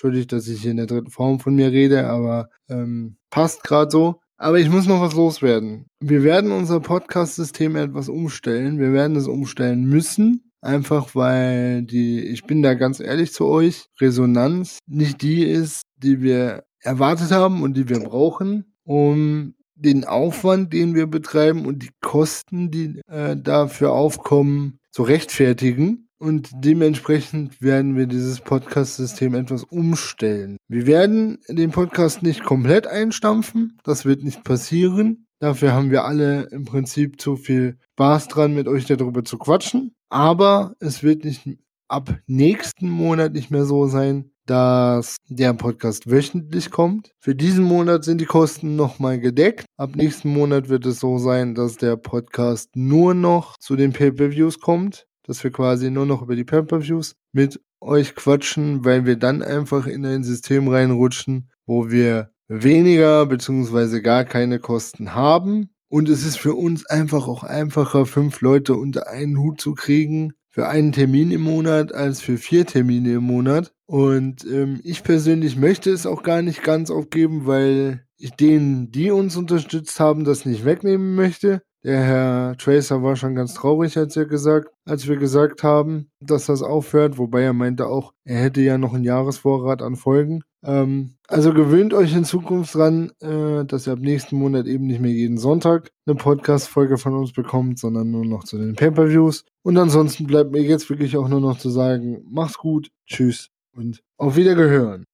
Entschuldigt, dass ich hier in der dritten Form von mir rede, aber ähm, passt gerade so. Aber ich muss noch was loswerden. Wir werden unser Podcast-System etwas umstellen. Wir werden es umstellen müssen. Einfach weil die, ich bin da ganz ehrlich zu euch, Resonanz nicht die ist, die wir erwartet haben und die wir brauchen, um den Aufwand, den wir betreiben und die Kosten, die äh, dafür aufkommen, zu rechtfertigen. Und dementsprechend werden wir dieses Podcast-System etwas umstellen. Wir werden den Podcast nicht komplett einstampfen. Das wird nicht passieren. Dafür haben wir alle im Prinzip zu viel Spaß dran, mit euch darüber zu quatschen. Aber es wird nicht ab nächsten Monat nicht mehr so sein, dass der Podcast wöchentlich kommt. Für diesen Monat sind die Kosten nochmal gedeckt. Ab nächsten Monat wird es so sein, dass der Podcast nur noch zu den Pay-Per-Views kommt. Dass wir quasi nur noch über die Pay-Per-Views mit euch quatschen, weil wir dann einfach in ein System reinrutschen, wo wir weniger bzw. gar keine Kosten haben. Und es ist für uns einfach auch einfacher, fünf Leute unter einen Hut zu kriegen für einen Termin im Monat als für vier Termine im Monat. Und ähm, ich persönlich möchte es auch gar nicht ganz aufgeben, weil ich denen, die uns unterstützt haben, das nicht wegnehmen möchte. Der Herr Tracer war schon ganz traurig, als er gesagt, als wir gesagt haben, dass das aufhört, wobei er meinte auch, er hätte ja noch einen Jahresvorrat an Folgen. Ähm, also gewöhnt euch in Zukunft dran, äh, dass ihr ab nächsten Monat eben nicht mehr jeden Sonntag eine Podcast-Folge von uns bekommt, sondern nur noch zu den Pay-Per-Views. Und ansonsten bleibt mir jetzt wirklich auch nur noch zu sagen, macht's gut, tschüss und auf Wiedergehören.